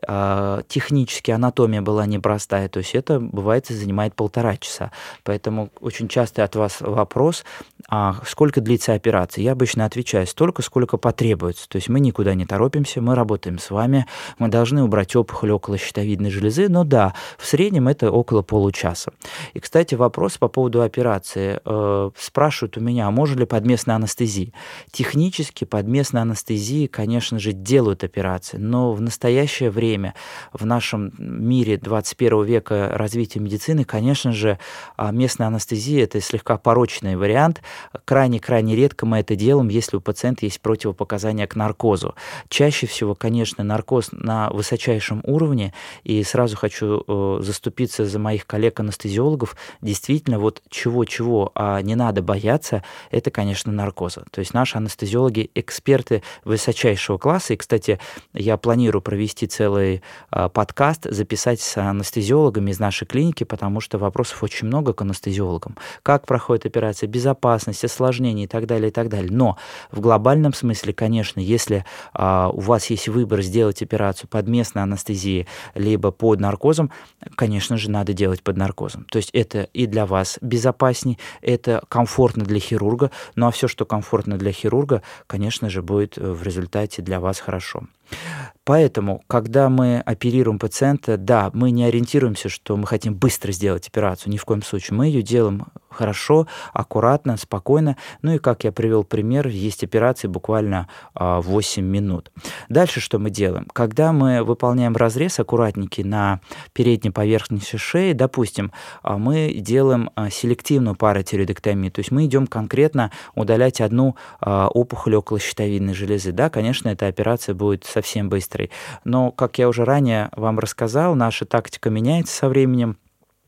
А, технически анатомия была непростая, то есть это, бывает, занимает полтора часа. Поэтому очень часто от вас вопрос, а сколько длится операция? Я обычно отвечаю, столько, сколько потребуется. То есть мы никуда не торопимся, мы работаем с вами, мы должны убрать опухоль около щитовидной железы, но да, в среднем это около получаса. И, кстати, вопрос по поводу операции. Э, спрашивают у меня, а можно ли подместная анестезия? Технически под местной анестезией, конечно же, делают операции, но в настоящее время, в нашем мире двадцать первого века развития медицины, конечно же, местная анестезия – это слегка порочный вариант. Крайне-крайне редко мы это делаем, если у пациента есть противопоказания к наркозу. Чаще всего, конечно, наркоз на высочайшем уровне, и сразу хочу э, заступиться за моих коллег-анестезиологов. Действительно, вот чего-чего, а не надо бояться, это, конечно, наркоз. То есть наши анестезиологи – эксперты высочайшего класса. И, кстати, я планирую провести целый э, подкаст, записать с анестезиологами из нашей клиники, потому что вопросов очень много к анестезиологам. Как проходит операция, безопасность, осложнения и так далее, и так далее. Но в глобальном смысле, конечно, если э, у вас есть выбор сделать операцию под местной анестезией, либо под наркозом, конечно же, надо делать под наркозом. То есть это и для вас безопаснее, это комфортно для хирурга, ну а все, что комфортно для хирурга, конечно же, будет в результате для вас хорошо. Поэтому, когда мы оперируем пациента, да, мы не ориентируемся, что мы хотим быстро сделать операцию, ни в коем случае. Мы ее делаем хорошо, аккуратно, спокойно. Ну и, как я привел пример, есть операции буквально восемь минут. Дальше что мы делаем? Когда мы выполняем разрез аккуратненький на передней поверхности шеи, допустим, мы делаем селективную паратиреоидектомию, то есть мы идем конкретно удалять одну опухоль около щитовидной железы. Да, конечно, эта операция будет совсем быстрой. Но, как я уже ранее вам рассказал, наша тактика меняется со временем.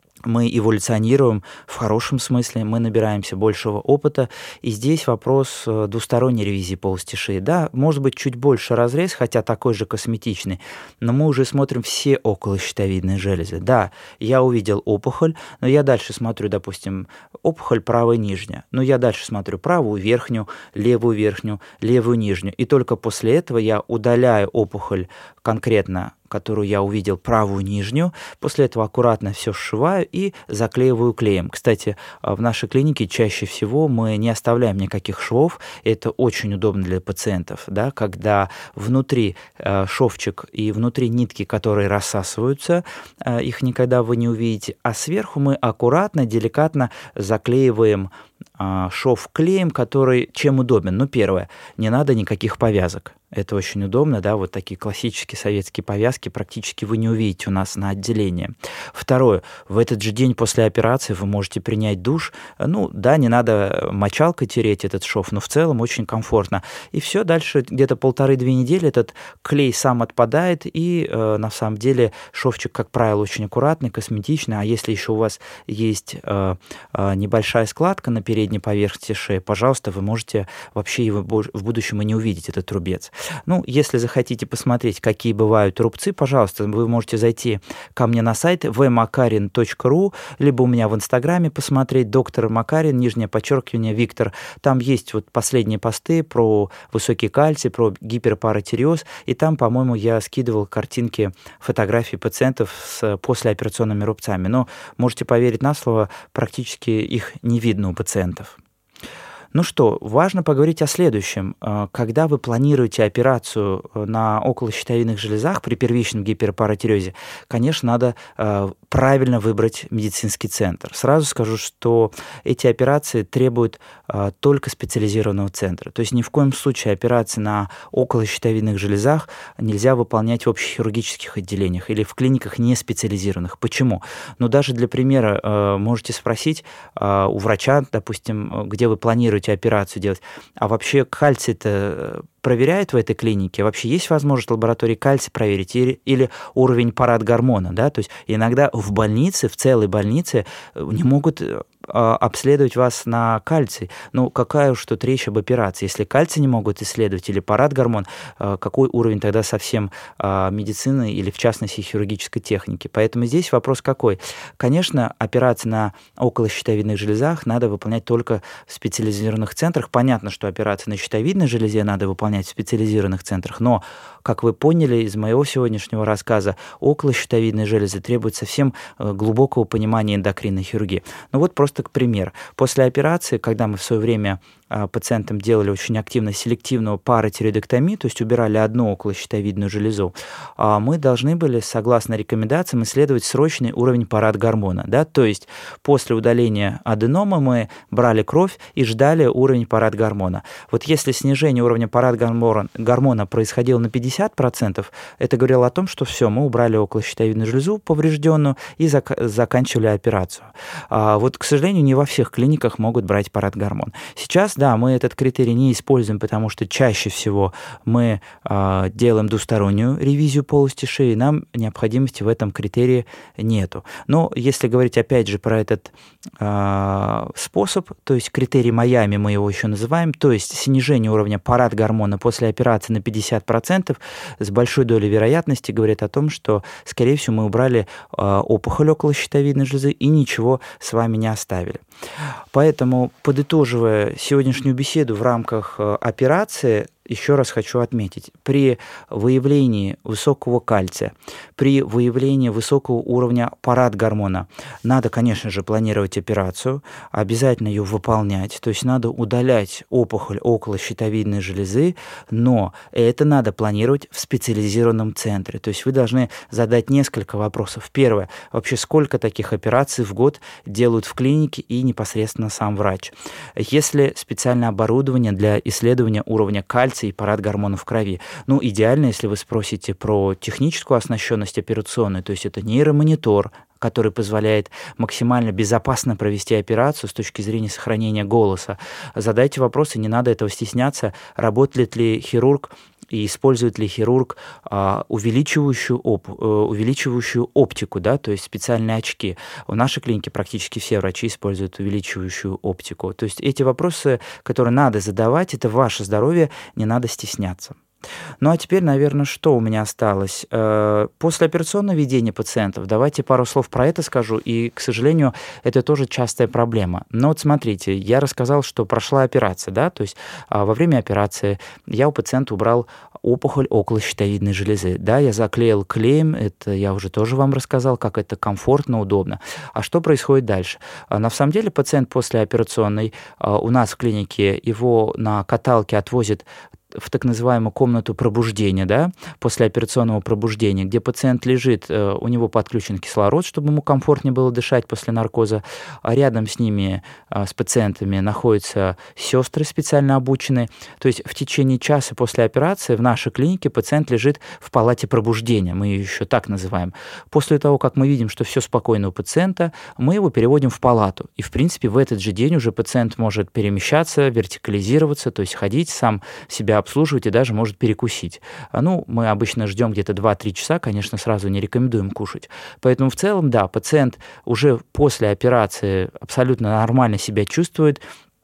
Мы эволюционируем в хорошем смысле, мы набираемся большего опыта, и здесь вопрос двусторонней ревизии полости шеи. Да, может быть, чуть больше разрез, хотя такой же косметичный, но мы уже смотрим все околощитовидные железы. Да, я увидел опухоль, но я дальше смотрю, допустим, опухоль правая нижняя, но я дальше смотрю правую верхнюю, левую верхнюю, левую нижнюю, и только после этого я удаляю опухоль конкретно которую я увидел, правую нижнюю. После этого аккуратно все сшиваю и заклеиваю клеем. Кстати, в нашей клинике чаще всего мы не оставляем никаких швов. Это очень удобно для пациентов, да, когда внутри э, шовчик и внутри нитки, которые рассасываются, э, их никогда вы не увидите, а сверху мы аккуратно, деликатно заклеиваем э, шов клеем, который чем удобен. Ну, первое, не надо никаких повязок. Это очень удобно, да, вот такие классические советские повязки практически вы не увидите у нас на отделении. Второе, в этот же день после операции вы можете принять душ. Ну, да, не надо мочалкой тереть этот шов, но в целом очень комфортно. И все, дальше где-то полторы-две недели этот клей сам отпадает, и э, на самом деле шовчик, как правило, очень аккуратный, косметичный, а если еще у вас есть э, э, небольшая складка на передней поверхности шеи, пожалуйста, вы можете вообще его в будущем и не увидеть, этот рубец. Ну, если захотите посмотреть, какие бывают рубцы, пожалуйста, вы можете зайти ко мне на сайт ви макарин точка ру, либо у меня в Инстаграме посмотреть доктор Макарин, нижнее подчеркивание, Виктор. Там есть вот последние посты про высокий кальций, про гиперпаратиреоз, и там, по-моему, я скидывал картинки, фотографии пациентов с послеоперационными рубцами. Но можете поверить на слово, практически их не видно у пациентов. Ну что, важно поговорить о следующем. Когда вы планируете операцию на околощитовидных железах при первичном гиперпаратиреозе, конечно, надо правильно выбрать медицинский центр. Сразу скажу, что эти операции требуют только специализированного центра. То есть ни в коем случае операции на околощитовидных железах нельзя выполнять в общехирургических отделениях или в клиниках не специализированных. Почему? Ну, даже для примера можете спросить у врача, допустим, где вы планируете операцию делать, а вообще кальций-то проверяют в этой клинике? Вообще есть возможность в лаборатории кальций проверить или, или уровень парадгормона, да? То есть иногда в больнице, в целой больнице не могут обследовать вас на кальций. Ну, какая уж тут речь об операции? Если кальций не могут исследовать или парадгормон, какой уровень тогда совсем медицины или, в частности, хирургической техники? Поэтому здесь вопрос какой? Конечно, операции на околощитовидных железах надо выполнять только в специализированных центрах. Понятно, что операции на щитовидной железе надо выполнять в специализированных центрах, но, как вы поняли из моего сегодняшнего рассказа, околощитовидные железы требуют совсем глубокого понимания эндокринной хирургии. Ну вот просто к примеру. После операции, когда мы в свое время пациентам делали очень активно селективную паратиреоидектомию, то есть убирали одну околощитовидную железу, мы должны были, согласно рекомендациям, исследовать срочный уровень парадгормона. Да? То есть после удаления аденома мы брали кровь и ждали уровень парадгормона. Вот если снижение уровня парадгормона гормона происходило на пятьдесят процентов, это говорило о том, что все, мы убрали околощитовидную железу поврежденную и зак- заканчивали операцию. А вот, к сожалению, не во всех клиниках могут брать парадгормон. Сейчас, да, мы этот критерий не используем, потому что чаще всего мы э, делаем двустороннюю ревизию полости шеи, нам необходимости в этом критерии нету. Но если говорить опять же про этот э, способ, то есть критерий Майами мы его еще называем, то есть снижение уровня парадгормона после операции на пятьдесят процентов с большой долей вероятности говорит о том, что, скорее всего, мы убрали э, опухоль околощитовидной железы и ничего с вами не оставили. Поэтому, подытоживая сегодняшнюю беседу в рамках операции, еще раз хочу отметить, при выявлении высокого кальция, при выявлении высокого уровня парадгормона надо, конечно же, планировать операцию, обязательно ее выполнять, то есть надо удалять опухоль околощитовидной железы, но это надо планировать в специализированном центре. То есть вы должны задать несколько вопросов. Первое, вообще сколько таких операций в год делают в клинике и непосредственно сам врач? Есть ли специальное оборудование для исследования уровня кальция и парадгормонов в крови? Ну, идеально, если вы спросите про техническую оснащенность операционной, то есть это нейромонитор, который позволяет максимально безопасно провести операцию с точки зрения сохранения голоса. Задайте вопросы, не надо этого стесняться. Работает ли хирург и использует ли хирург а, увеличивающую, оп, увеличивающую оптику, да, то есть специальные очки. В нашей клинике практически все врачи используют увеличивающую оптику. То есть эти вопросы, которые надо задавать, это ваше здоровье, не надо стесняться. Ну а теперь, наверное, что у меня осталось? Послеоперационное ведение пациентов. Давайте пару слов про это скажу. И, к сожалению, это тоже частая проблема. Но вот смотрите, я рассказал, что прошла операция, да, то есть во время операции я у пациента убрал опухоль около щитовидной железы. Да, я заклеил клеем, это я уже тоже вам рассказал, как это комфортно, удобно. А что происходит дальше? На самом деле пациент послеоперационный, у нас в клинике его на каталке отвозят в так называемую комнату пробуждения, да, послеоперационного пробуждения, где пациент лежит, у него подключен кислород, чтобы ему комфортнее было дышать после наркоза, а рядом с ними, с пациентами, находятся сестры специально обученные. То есть в течение часа после операции в нашей клинике пациент лежит в палате пробуждения, мы ее еще так называем. После того, как мы видим, что все спокойно у пациента, мы его переводим в палату. И, в принципе, в этот же день уже пациент может перемещаться, вертикализироваться, то есть ходить, сам себя обслуживать и даже может перекусить. Ну, мы обычно ждем где-то два-три часа, конечно, сразу не рекомендуем кушать. Поэтому в целом, да, пациент уже после операции абсолютно нормально себя чувствует.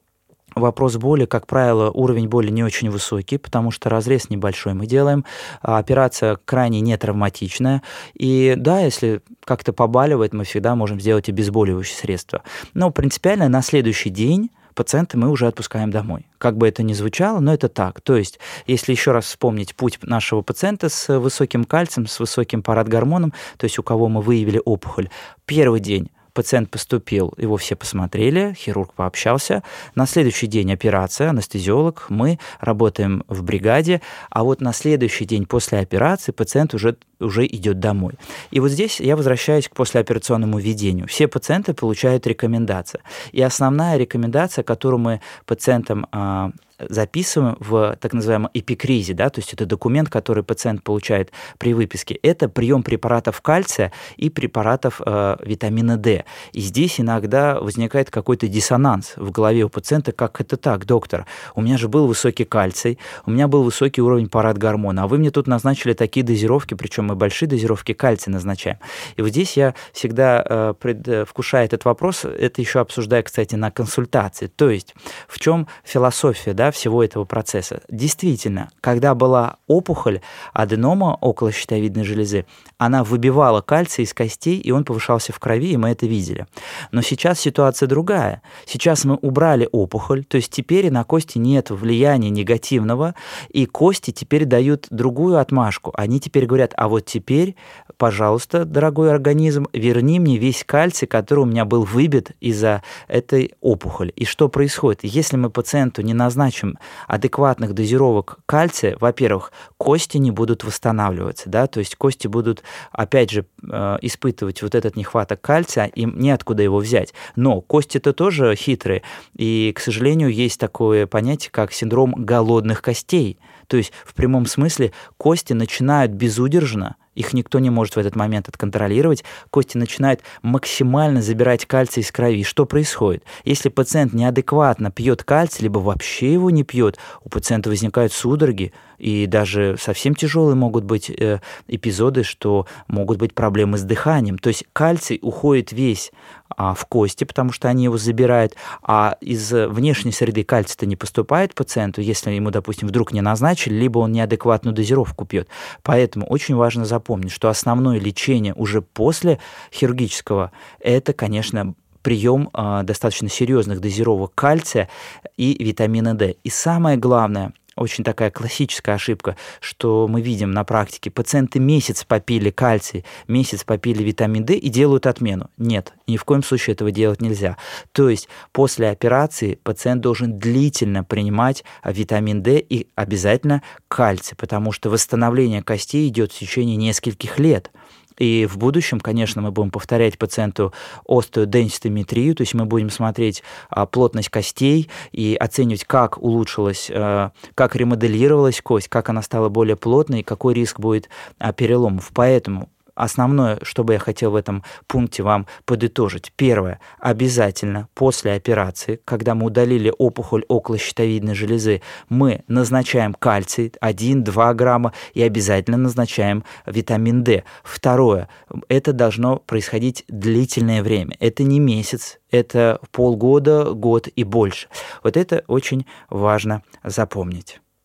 Вопрос боли, как правило, уровень боли не очень высокий, потому что разрез небольшой мы делаем, а операция крайне нетравматичная. И да, если как-то побаливает, мы всегда можем сделать обезболивающее средство. Но принципиально на следующий день пациента мы уже отпускаем домой. Как бы это ни звучало, но это так. То есть, если еще раз вспомнить путь нашего пациента с высоким кальцием, с высоким парадгормоном, то есть у кого мы выявили опухоль, первый день пациент поступил, его все посмотрели, хирург пообщался. На следующий день операция, анестезиолог, мы работаем в бригаде, а вот на следующий день после операции пациент уже, уже идет домой. И вот здесь я возвращаюсь к послеоперационному ведению. Все пациенты получают рекомендации. И основная рекомендация, которую мы пациентам а, записываем в так называемом эпикризе, да, то есть это документ, который пациент получает при выписке, это прием препаратов кальция и препаратов э, витамина D. И здесь иногда возникает какой-то диссонанс в голове у пациента, как это так, доктор, у меня же был высокий кальций, у меня был высокий уровень парадгормона, а вы мне тут назначили такие дозировки, причем мы большие дозировки кальция назначаем. И вот здесь я всегда э, предвкушаю этот вопрос, это еще обсуждаю, кстати, на консультации, то есть в чем философия, да, всего этого процесса. Действительно, когда была опухоль, аденома около щитовидной железы, она выбивала кальций из костей, и он повышался в крови, и мы это видели. Но сейчас ситуация другая. Сейчас мы убрали опухоль, то есть теперь на кости нет влияния негативного, и кости теперь дают другую отмашку. Они теперь говорят, а вот теперь, пожалуйста, дорогой организм, верни мне весь кальций, который у меня был выбит из-за этой опухоли. И что происходит? Если мы пациенту не назначим адекватных дозировок кальция, во-первых, кости не будут восстанавливаться, да, то есть кости будут, опять же, испытывать вот этот нехваток кальция, им неоткуда его взять. Но кости-то тоже хитрые, и, к сожалению, есть такое понятие, как синдром голодных костей. То есть в прямом смысле кости начинают безудержно, их никто не может в этот момент отконтролировать, кости начинают максимально забирать кальций из крови. Что происходит? Если пациент неадекватно пьет кальций, либо вообще его не пьет, у пациента возникают судороги, и даже совсем тяжелые могут быть э, эпизоды, что могут быть проблемы с дыханием. То есть кальций уходит весь а, в кости, потому что они его забирают, а из внешней среды кальций-то не поступает пациенту, если ему, допустим, вдруг не назначили, либо он неадекватную дозировку пьет. Поэтому очень важно запомнить, что основное лечение уже после хирургического – это, конечно, прием э, достаточно серьезных дозировок кальция и витамина D. И самое главное – очень такая классическая ошибка, что мы видим на практике. Пациенты месяц попили кальций, месяц попили витамин D и делают отмену. Нет, ни в коем случае этого делать нельзя. То есть после операции пациент должен длительно принимать витамин D и обязательно кальций, потому что восстановление костей идет в течение нескольких лет. И в будущем, конечно, мы будем повторять пациенту остеоденситометрию, то есть мы будем смотреть а, плотность костей и оценивать, как улучшилась, а, как ремоделировалась кость, как она стала более плотной, какой риск будет а, переломов. Поэтому основное, что бы я хотел в этом пункте вам подытожить. Первое. Обязательно после операции, когда мы удалили опухоль около щитовидной железы, мы назначаем кальций один-два грамма и обязательно назначаем витамин D. Второе. Это должно происходить длительное время. Это не месяц, это полгода, год и больше. Вот это очень важно запомнить.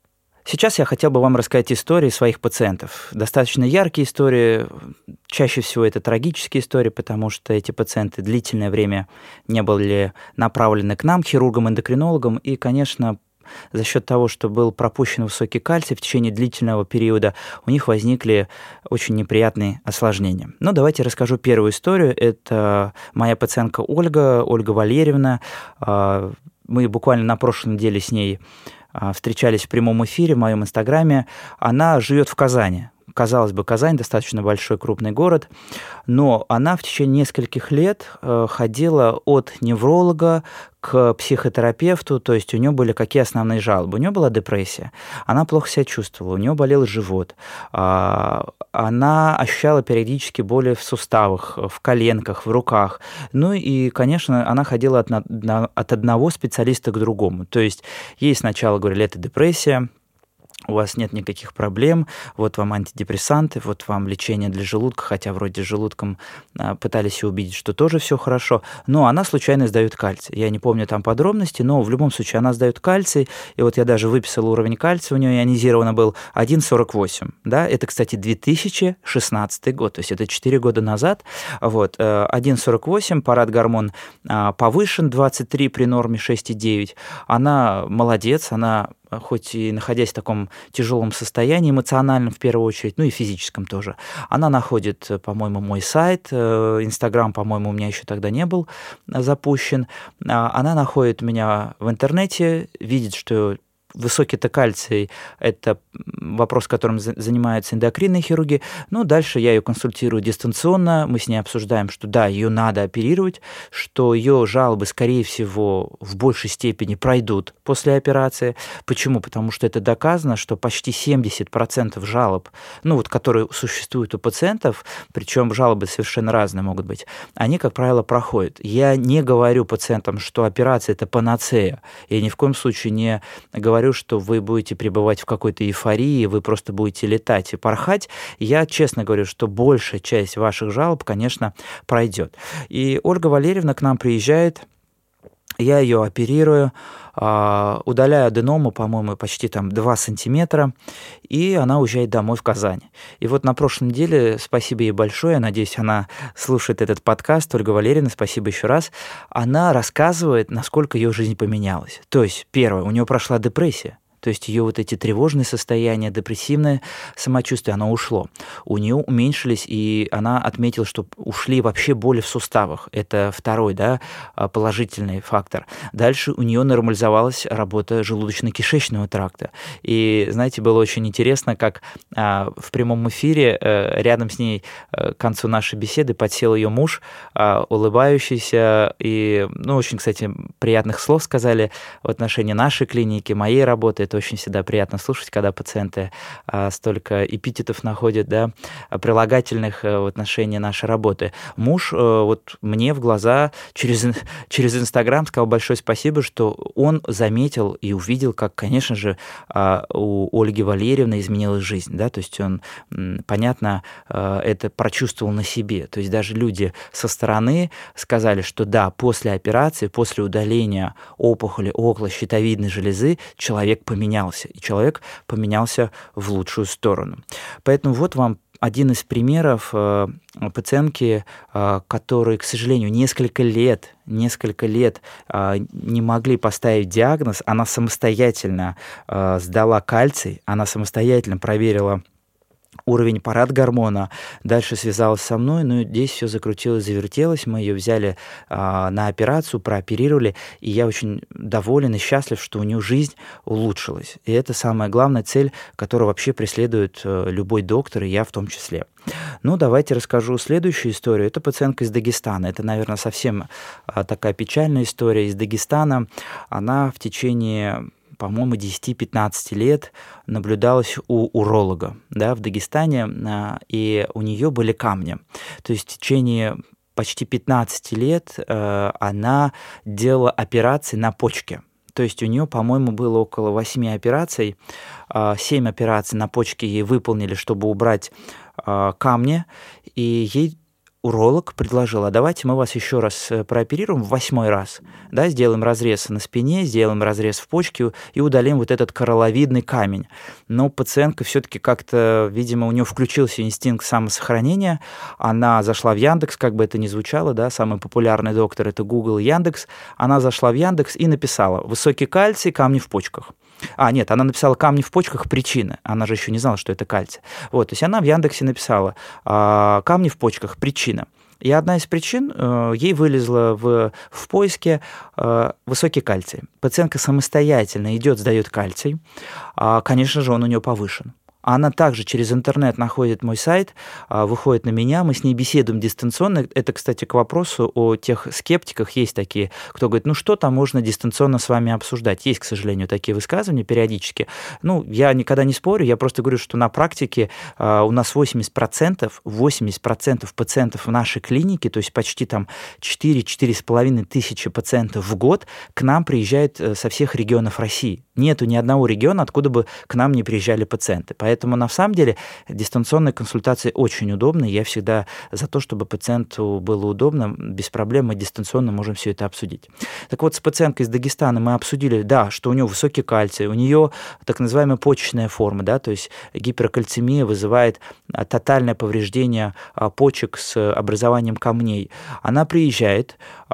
Сейчас я хотел бы вам рассказать истории своих пациентов. Достаточно яркие истории, чаще всего это трагические истории, потому что эти пациенты длительное время не были направлены к нам, хирургам-эндокринологам, и, конечно, за счет того, что был пропущен высокий кальций в течение длительного периода, у них возникли очень неприятные осложнения. Но давайте расскажу первую историю. Это моя пациентка Ольга, Ольга Валерьевна. Мы буквально на прошлой неделе с ней встречались в прямом эфире в моем инстаграме. Она живет в Казани. Казалось бы, Казань достаточно большой, крупный город, но она в течение нескольких лет ходила от невролога к психотерапевту, то есть у нее были какие основные жалобы? У нее была депрессия, она плохо себя чувствовала, у нее болел живот, она ощущала периодически боли в суставах, в коленках, в руках. Ну и, конечно, она ходила от, от одного специалиста к другому. То есть ей сначала говорили, это депрессия, у вас нет никаких проблем, вот вам антидепрессанты, вот вам лечение для желудка, хотя вроде с желудком а, пытались ее убедить, что тоже все хорошо, но она случайно сдает кальций. Я не помню там подробности, но в любом случае она сдает кальций, и вот я даже выписал уровень кальция, у нее ионизированно был один сорок восемь, да, это, кстати, две тысячи шестнадцатый год, то есть это четыре года назад, вот, один сорок восемь, парад-гормон а, повышен, двадцать три при норме шесть и девять, она молодец, она хоть и находясь в таком тяжелом состоянии, эмоциональном в первую очередь, ну и физическом тоже. Она находит, по-моему, мой сайт, Инстаграм, по-моему, у меня еще тогда не был запущен. Она находит меня в интернете, видит, что высокий-то кальций – это вопрос, которым занимаются эндокринные хирурги. Ну, дальше я ее консультирую дистанционно, мы с ней обсуждаем, что да, ее надо оперировать, что ее жалобы, скорее всего, в большей степени пройдут после операции. Почему? Потому что это доказано, что почти семьдесят процентов жалоб, ну, вот, которые существуют у пациентов, причем жалобы совершенно разные могут быть, они, как правило, проходят. Я не говорю пациентам, что операция – это панацея. Я ни в коем случае не говорю, говорю, что вы будете пребывать в какой-то эйфории, вы просто будете летать и порхать. Я честно говорю, что большая часть ваших жалоб, конечно, пройдет. И Ольга Валерьевна к нам приезжает, я ее оперирую, удаляю аденому, по-моему, почти там два сантиметра, и она уезжает домой в Казань. И вот на прошлой неделе, спасибо ей большое, я надеюсь, она слушает этот подкаст, Ольга Валерьевна, спасибо еще раз, она рассказывает, насколько ее жизнь поменялась. То есть, первое, у нее прошла депрессия. То есть ее вот эти тревожные состояния, депрессивное самочувствие, оно ушло. У нее уменьшились, и она отметила, что ушли вообще боли в суставах. Это второй, да, положительный фактор. Дальше у нее нормализовалась работа желудочно-кишечного тракта. И, знаете, было очень интересно, как а, в прямом эфире а, рядом с ней а, к концу нашей беседы подсел ее муж, а, улыбающийся, и, ну, очень, кстати, приятных слов сказали в отношении нашей клиники, моей работы. Это очень всегда приятно слушать, когда пациенты а, столько эпитетов находят, да, прилагательных а, в отношении нашей работы. Муж а, вот мне в глаза через, через Инстаграм сказал большое спасибо, что он заметил и увидел, как, конечно же, а, у Ольги Валерьевны изменилась жизнь, да, то есть он, понятно, а, это прочувствовал на себе. То есть даже люди со стороны сказали, что да, после операции, после удаления опухоли около щитовидной железы человек поменялся. поменялся, и человек поменялся в лучшую сторону. Поэтому вот вам один из примеров э, пациентки, э, которые, к сожалению, несколько лет, несколько лет э, не могли поставить диагноз, она самостоятельно э, сдала кальций, она самостоятельно проверила уровень парад-гормона, дальше связалась со мной, но здесь все закрутилось, завертелось, мы ее взяли а, на операцию, прооперировали, и я очень доволен и счастлив, что у нее жизнь улучшилась. И это самая главная цель, которую вообще преследует а, любой доктор, и я в том числе. Ну, давайте расскажу следующую историю. Это пациентка из Дагестана. Это, наверное, совсем а, такая печальная история из Дагестана. Она в течение, по-моему, десять-пятнадцать лет наблюдалась у уролога, да, в Дагестане, и у нее были камни. То есть в течение почти пятнадцать лет она делала операции на почке. То есть у нее, по-моему, было около восемь операций, семь операций на почке ей выполнили, чтобы убрать камни, и ей уролог предложил, а давайте мы вас еще раз прооперируем в восьмой раз, да, сделаем разрез на спине, сделаем разрез в почке и удалим вот этот коралловидный камень. Но пациентка все-таки как-то, видимо, у нее включился инстинкт самосохранения, она зашла в Яндекс, как бы это ни звучало, да, самый популярный доктор — это Google и Яндекс, она зашла в Яндекс и написала «высокий кальций, камни в почках». А, нет, она написала «камни в почках, причины». Она же еще не знала, что это кальций. Вот, то есть она в Яндексе написала «камни в почках, причина». И одна из причин, э, ей вылезла в, в поиске э, высокий кальций. Пациентка самостоятельно идет, сдает кальций. А, конечно же, он у нее повышен. Она также через интернет находит мой сайт, выходит на меня, мы с ней беседуем дистанционно. Это, кстати, к вопросу о тех скептиках. Есть такие, кто говорит, ну что там можно дистанционно с вами обсуждать. Есть, к сожалению, такие высказывания периодически. Ну, я никогда не спорю, я просто говорю, что на практике у нас восемьдесят процентов, восемьдесят процентов пациентов в нашей клинике, то есть почти там четыре-четыре с половиной тысячи пациентов в год к нам приезжают со всех регионов России. Нету ни одного региона, откуда бы к нам не приезжали пациенты. Поэтому, на самом деле, дистанционные консультации очень удобны. Я всегда за то, чтобы пациенту было удобно, без проблем мы дистанционно можем все это обсудить. Так вот, с пациенткой из Дагестана мы обсудили, да, что у нее высокий кальций, у нее так называемая почечная форма, да, то есть гиперкальцемия вызывает тотальное повреждение почек с образованием камней. Она приезжает,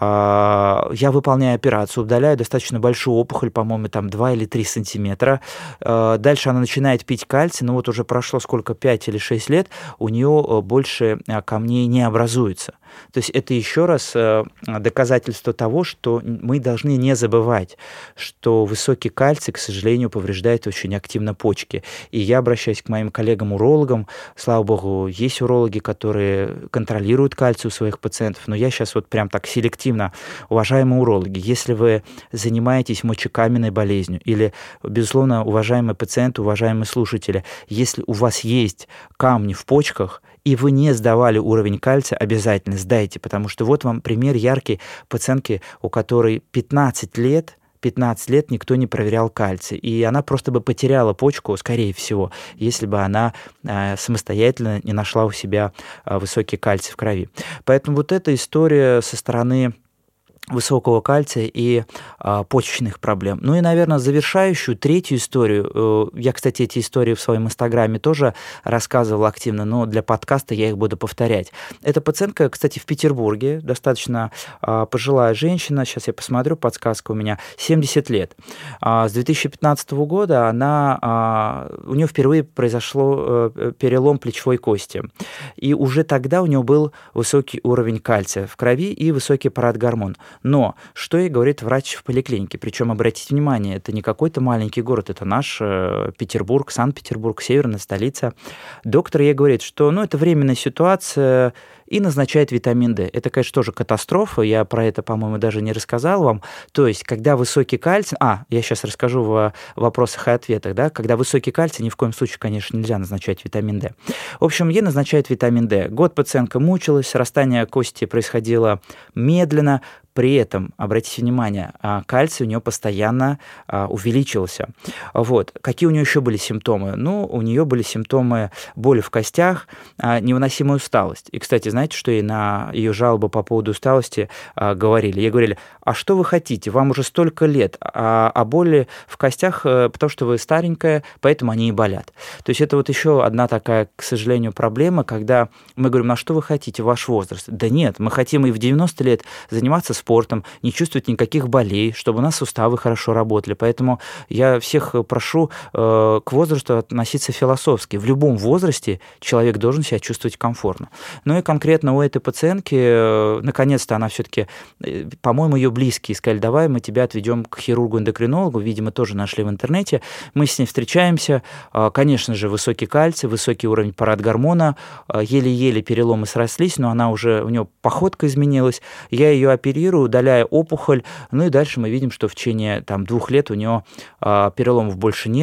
я выполняю операцию, удаляю достаточно большую опухоль, по-моему, там два или три сантиметра. Дальше она начинает пить кальций, но вот уже прошло сколько, пять или шесть лет, у нее больше камней не образуется. То есть это еще раз доказательство того, что мы должны не забывать, что высокий кальций, к сожалению, повреждает очень активно почки. И я обращаюсь к моим коллегам-урологам. Слава богу, есть урологи, которые контролируют кальций у своих пациентов, но я сейчас вот прям так селективно. Уважаемые урологи, если вы занимаетесь мочекаменной болезнью или, безусловно, уважаемые пациенты, уважаемые слушатели, если у вас есть камни в почках, и вы не сдавали уровень кальция, обязательно сдайте, потому что вот вам пример яркий пациентки, у которой пятнадцать лет, пятнадцать лет никто не проверял кальций, и она просто бы потеряла почку, скорее всего, если бы она э, самостоятельно не нашла у себя э, высокий кальций в крови. Поэтому вот эта история со стороны высокого кальция и а, почечных проблем. Ну и, наверное, завершающую, третью историю. Я, кстати, эти истории в своем инстаграме тоже рассказывал активно, но для подкаста я их буду повторять. Эта пациентка, кстати, в Петербурге, достаточно а, пожилая женщина, сейчас я посмотрю, подсказка у меня, семьдесят лет. А, с две тысячи пятнадцатого года она, а, у нее впервые произошло а, перелом плечевой кости. И уже тогда у нее был высокий уровень кальция в крови и высокий парадгормон. Но что ей говорит врач в поликлинике? Причем, обратите внимание, это не какой-то маленький город, это наш э, Петербург, Санкт-Петербург, северная столица. Доктор ей говорит, что ну, это временная ситуация, и назначает витамин D. Это, конечно, тоже катастрофа, я про это, по-моему, даже не рассказал вам. То есть, когда высокий кальций... А, я сейчас расскажу в вопросах и ответах, да, когда высокий кальций, ни в коем случае, конечно, нельзя назначать витамин D. В общем, ей назначают витамин D. Год пациентка мучилась, срастание кости происходило медленно, при этом, обратите внимание, кальций у нее постоянно увеличился. Вот. Какие у нее еще были симптомы? Ну, у нее были симптомы боли в костях, невыносимая усталость. И, кстати, знаете, что ей на ее жалобу по поводу усталости говорили? Ей говорили, а что вы хотите? Вам уже столько лет, а, а боли в костях, потому что вы старенькая, поэтому они и болят. То есть это вот еще одна такая, к сожалению, проблема, когда мы говорим, а что вы хотите, ваш возраст? Да нет, мы хотим и в девяносто лет заниматься спортом, не чувствовать никаких болей, чтобы у нас суставы хорошо работали. Поэтому я всех прошу э, к возрасту относиться философски. В любом возрасте человек должен себя чувствовать комфортно. Ну и конкретно у этой пациентки, э, наконец-то она все-таки, э, по-моему, ее близкие сказали, давай мы тебя отведем к хирургу-эндокринологу, видимо, тоже нашли в интернете. Мы с ней встречаемся. Э, конечно же, высокий кальций, высокий уровень парадгормона, э, еле-еле переломы срослись, но она уже, у нее походка изменилась. Я ее оперирую, удаляя опухоль, ну и дальше мы видим, что в течение там, двух лет у нее а, переломов больше нет,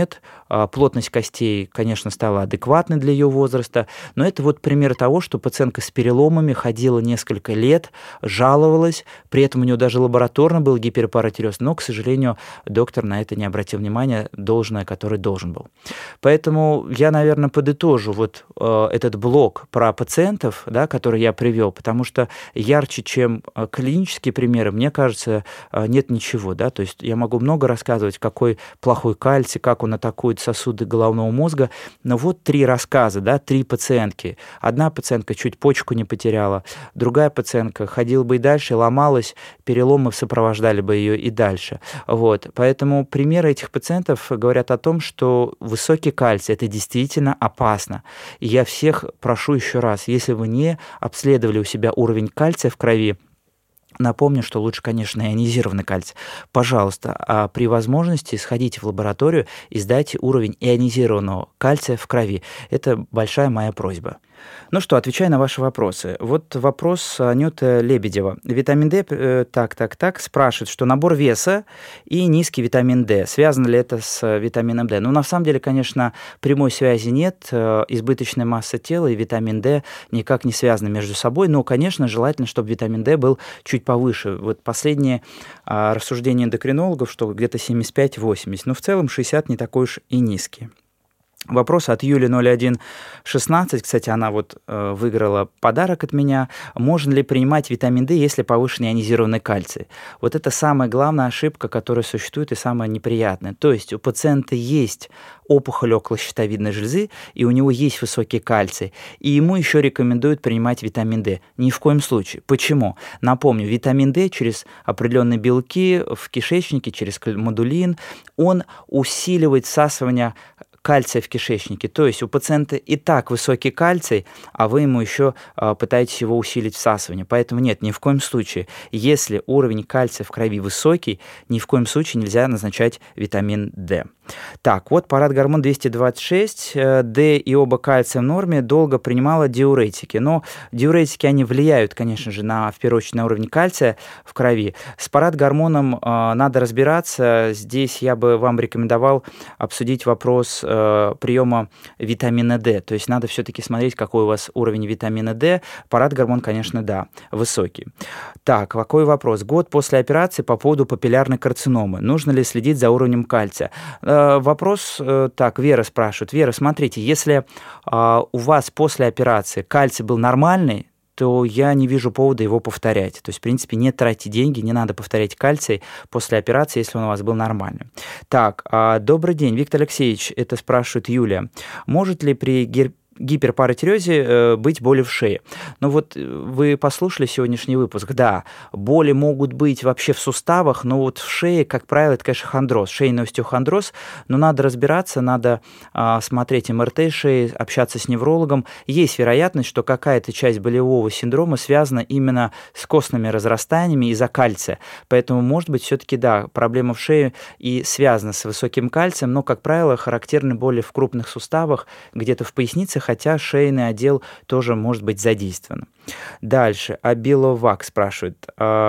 плотность костей, конечно, стала адекватной для ее возраста, но это вот пример того, что пациентка с переломами ходила несколько лет, жаловалась, при этом у нее даже лабораторно был гиперпаратиреоз, но, к сожалению, доктор на это не обратил внимания должное, которое должен был. Поэтому я, наверное, подытожу вот э, этот блок про пациентов, да, который я привел, потому что ярче, чем э, клинические примеры, мне кажется, э, нет ничего. Да? То есть я могу много рассказывать, какой плохой кальций, как он атакует сосуды головного мозга, но вот три рассказа, да, три пациентки. Одна пациентка чуть почку не потеряла, другая пациентка ходила бы и дальше, ломалась, переломы сопровождали бы ее и дальше. Вот. Поэтому примеры этих пациентов говорят о том, что высокий кальций – это действительно опасно. И я всех прошу еще раз, если вы не обследовали у себя уровень кальция в крови, напомню, что лучше, конечно, ионизированный кальций. Пожалуйста, а при возможности сходите в лабораторию и сдайте уровень ионизированного кальция в крови. Это большая моя просьба. Ну что, отвечая на ваши вопросы. Вот вопрос Анюты Лебедева. Витамин D, э, так, так, так, спрашивает, что набор веса и низкий витамин D. Связано ли это с витамином D? Ну, на самом деле, конечно, прямой связи нет. Избыточная масса тела и витамин D никак не связаны между собой. Но, конечно, желательно, чтобы витамин D был чуть повыше. Вот последние а, рассуждения эндокринологов, что где-то семьдесят пять - восемьдесят. Но в целом шестьдесят не такой уж и низкий. Вопрос от Юли ноль один шестнадцать. Кстати, она вот э, выиграла подарок от меня. Можно ли принимать витамин D, если повышенный ионизированный кальций? Вот это самая главная ошибка, которая существует и самая неприятная. То есть у пациента есть опухоль околощитовидной железы, и у него есть высокий кальций, и ему еще рекомендуют принимать витамин D. Ни в коем случае. Почему? Напомню, витамин D через определенные белки в кишечнике, через модулин, он усиливает всасывание кальция в кишечнике. То есть у пациента и так высокий кальций, а вы ему еще а, пытаетесь его усилить всасывание. Поэтому нет, ни в коем случае. Если уровень кальция в крови высокий, ни в коем случае нельзя назначать витамин D. Так, вот парадгормон двести двадцать шесть, D и оба кальция в норме, долго принимала диуретики. Но диуретики, они влияют, конечно же, на, в первую очередь, на уровень кальция в крови. С парадгормоном э, надо разбираться. Здесь я бы вам рекомендовал обсудить вопрос э, приема витамина D. То есть надо все-таки смотреть, какой у вас уровень витамина D. Парадгормон, конечно, да, высокий. Так, какой вопрос? Год после операции по поводу папиллярной карциномы. Нужно ли следить за уровнем кальция? Вопрос, так, Вера спрашивает. Вера, смотрите, если а, у вас после операции кальций был нормальный, то я не вижу повода его повторять. То есть, в принципе, не тратьте деньги, не надо повторять кальций после операции, если он у вас был нормальный. Так, а, добрый день, Виктор Алексеевич, это спрашивает Юлия. Может ли при гер... гиперпаратиреозе э, быть боли в шее? Ну вот вы послушали сегодняшний выпуск, да, боли могут быть вообще в суставах, но вот в шее, как правило, это, конечно, хондроз, шейный остеохондроз, но надо разбираться, надо э, смотреть эм эр тэ шеи, общаться с неврологом. Есть вероятность, что какая-то часть болевого синдрома связана именно с костными разрастаниями из-за кальция, поэтому, может быть, все-таки, да, проблема в шее и связана с высоким кальцием, но, как правило, характерны боли в крупных суставах, где-то в пояснице, хотя шейный отдел тоже может быть задействован. Дальше. Абиловак спрашивает.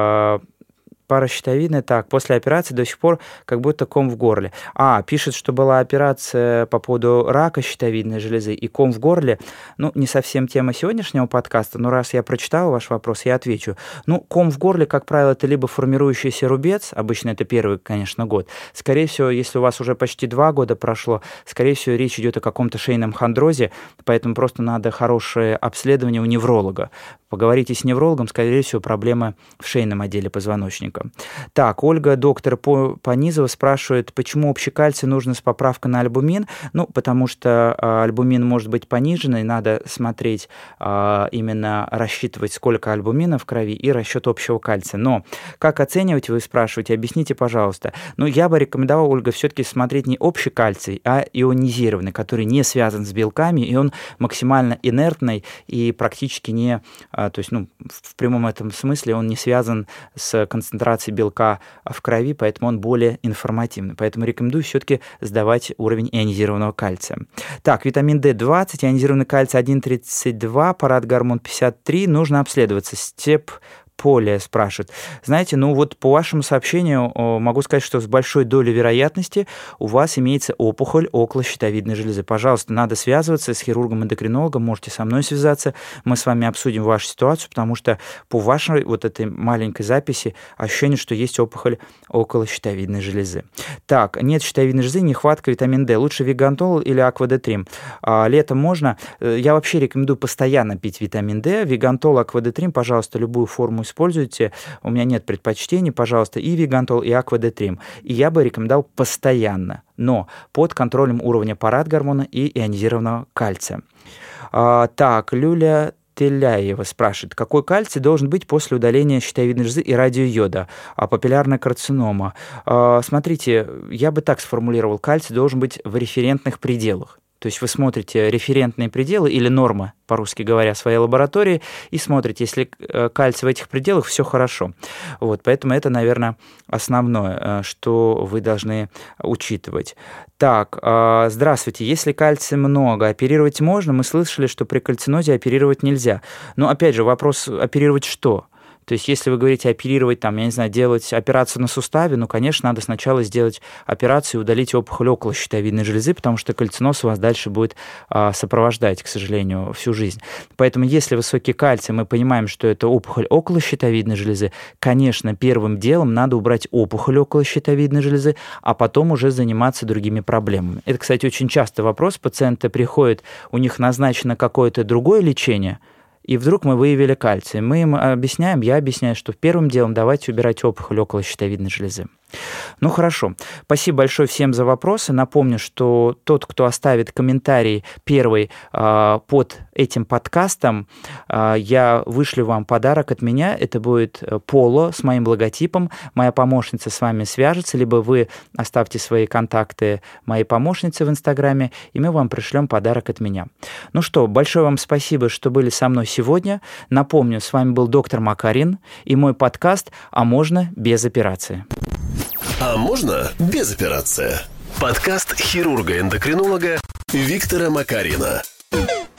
Паращитовидная, так, после операции до сих пор как будто ком в горле. А, пишет, что была операция по поводу рака щитовидной железы и ком в горле. Ну, не совсем тема сегодняшнего подкаста, но раз я прочитал ваш вопрос, я отвечу. Ну, ком в горле, как правило, это либо формирующийся рубец, обычно это первый, конечно, год. Скорее всего, если у вас уже почти два года прошло, скорее всего, речь идет о каком-то шейном хондрозе, поэтому просто надо хорошее обследование у невролога. Поговорите с неврологом, скорее всего, проблемы в шейном отделе позвоночника. Так, Ольга, доктор Понизова спрашивает, почему общий кальций нужно с поправкой на альбумин? Ну, потому что а, альбумин может быть пониженный, надо смотреть, а, именно рассчитывать, сколько альбумина в крови и расчет общего кальция. Но как оценивать, вы спрашиваете, объясните, пожалуйста. Ну, я бы рекомендовал, Ольга, все-таки смотреть не общий кальций, а ионизированный, который не связан с белками, и он максимально инертный и практически не, а, то есть, ну, в прямом этом смысле он не связан с концентрацией белка в крови, поэтому он более информативный. Поэтому рекомендую все-таки сдавать уровень ионизированного кальция. Так, витамин дэ двадцать, ионизированный кальций один тридцать два, парадгормон пятьдесят три, нужно обследоваться. Степ Поле спрашивает. Знаете, ну вот по вашему сообщению могу сказать, что с большой долей вероятности у вас имеется опухоль около щитовидной железы. Пожалуйста, надо связываться с хирургом-эндокринологом, можете со мной связаться, мы с вами обсудим вашу ситуацию, потому что по вашей вот этой маленькой записи ощущение, что есть опухоль около щитовидной железы. Так, нет щитовидной железы, нехватка витамина D. Лучше Вигантол или Аквадетрим? А, летом можно. Я вообще рекомендую постоянно пить витамин D. Вигантол, Аквадетрим, пожалуйста, любую форму используйте. У меня нет предпочтений, пожалуйста, и Вигантол, и Аквадетрим. И я бы рекомендовал постоянно, но под контролем уровня парагормона и ионизированного кальция. А, так, Люля Теляева спрашивает, какой кальций должен быть после удаления щитовидной железы и радиойода, а папиллярная карцинома? А, смотрите, я бы так сформулировал, кальций должен быть в референтных пределах. То есть вы смотрите референтные пределы или норма, по-русски говоря, своей лаборатории, и смотрите, если кальций в этих пределах, все хорошо. Вот, поэтому это, наверное, основное, что вы должны учитывать. Так, здравствуйте. Если кальция много, оперировать можно? Мы слышали, что при кальцинозе оперировать нельзя. Но, опять же, вопрос, оперировать что? То есть, если вы говорите оперировать, там, я не знаю, делать операцию на суставе, ну, конечно, надо сначала сделать операцию и удалить опухоль около щитовидной железы, потому что кальциноз вас дальше будет а, сопровождать, к сожалению, всю жизнь. Поэтому, если высокий кальций, мы понимаем, что это опухоль около щитовидной железы, конечно, первым делом надо убрать опухоль около щитовидной железы, а потом уже заниматься другими проблемами. Это, кстати, очень частый вопрос. Пациенты приходят, у них назначено какое-то другое лечение, и вдруг мы выявили кальций. Мы им объясняем, я объясняю, что первым делом давайте убирать опухоль около щитовидной железы. Ну хорошо, спасибо большое всем за вопросы. Напомню, что тот, кто оставит комментарий первый э, под этим подкастом, э, я вышлю вам подарок от меня. Это будет поло с моим логотипом. Моя помощница с вами свяжется, либо вы оставьте свои контакты моей помощницы в Инстаграме, и мы вам пришлем подарок от меня. Ну что, большое вам спасибо, что были со мной сегодня. Напомню, с вами был доктор Макарин и мой подкаст «А можно без операции». А можно без операции? Подкаст хирурга-эндокринолога Виктора Макарина.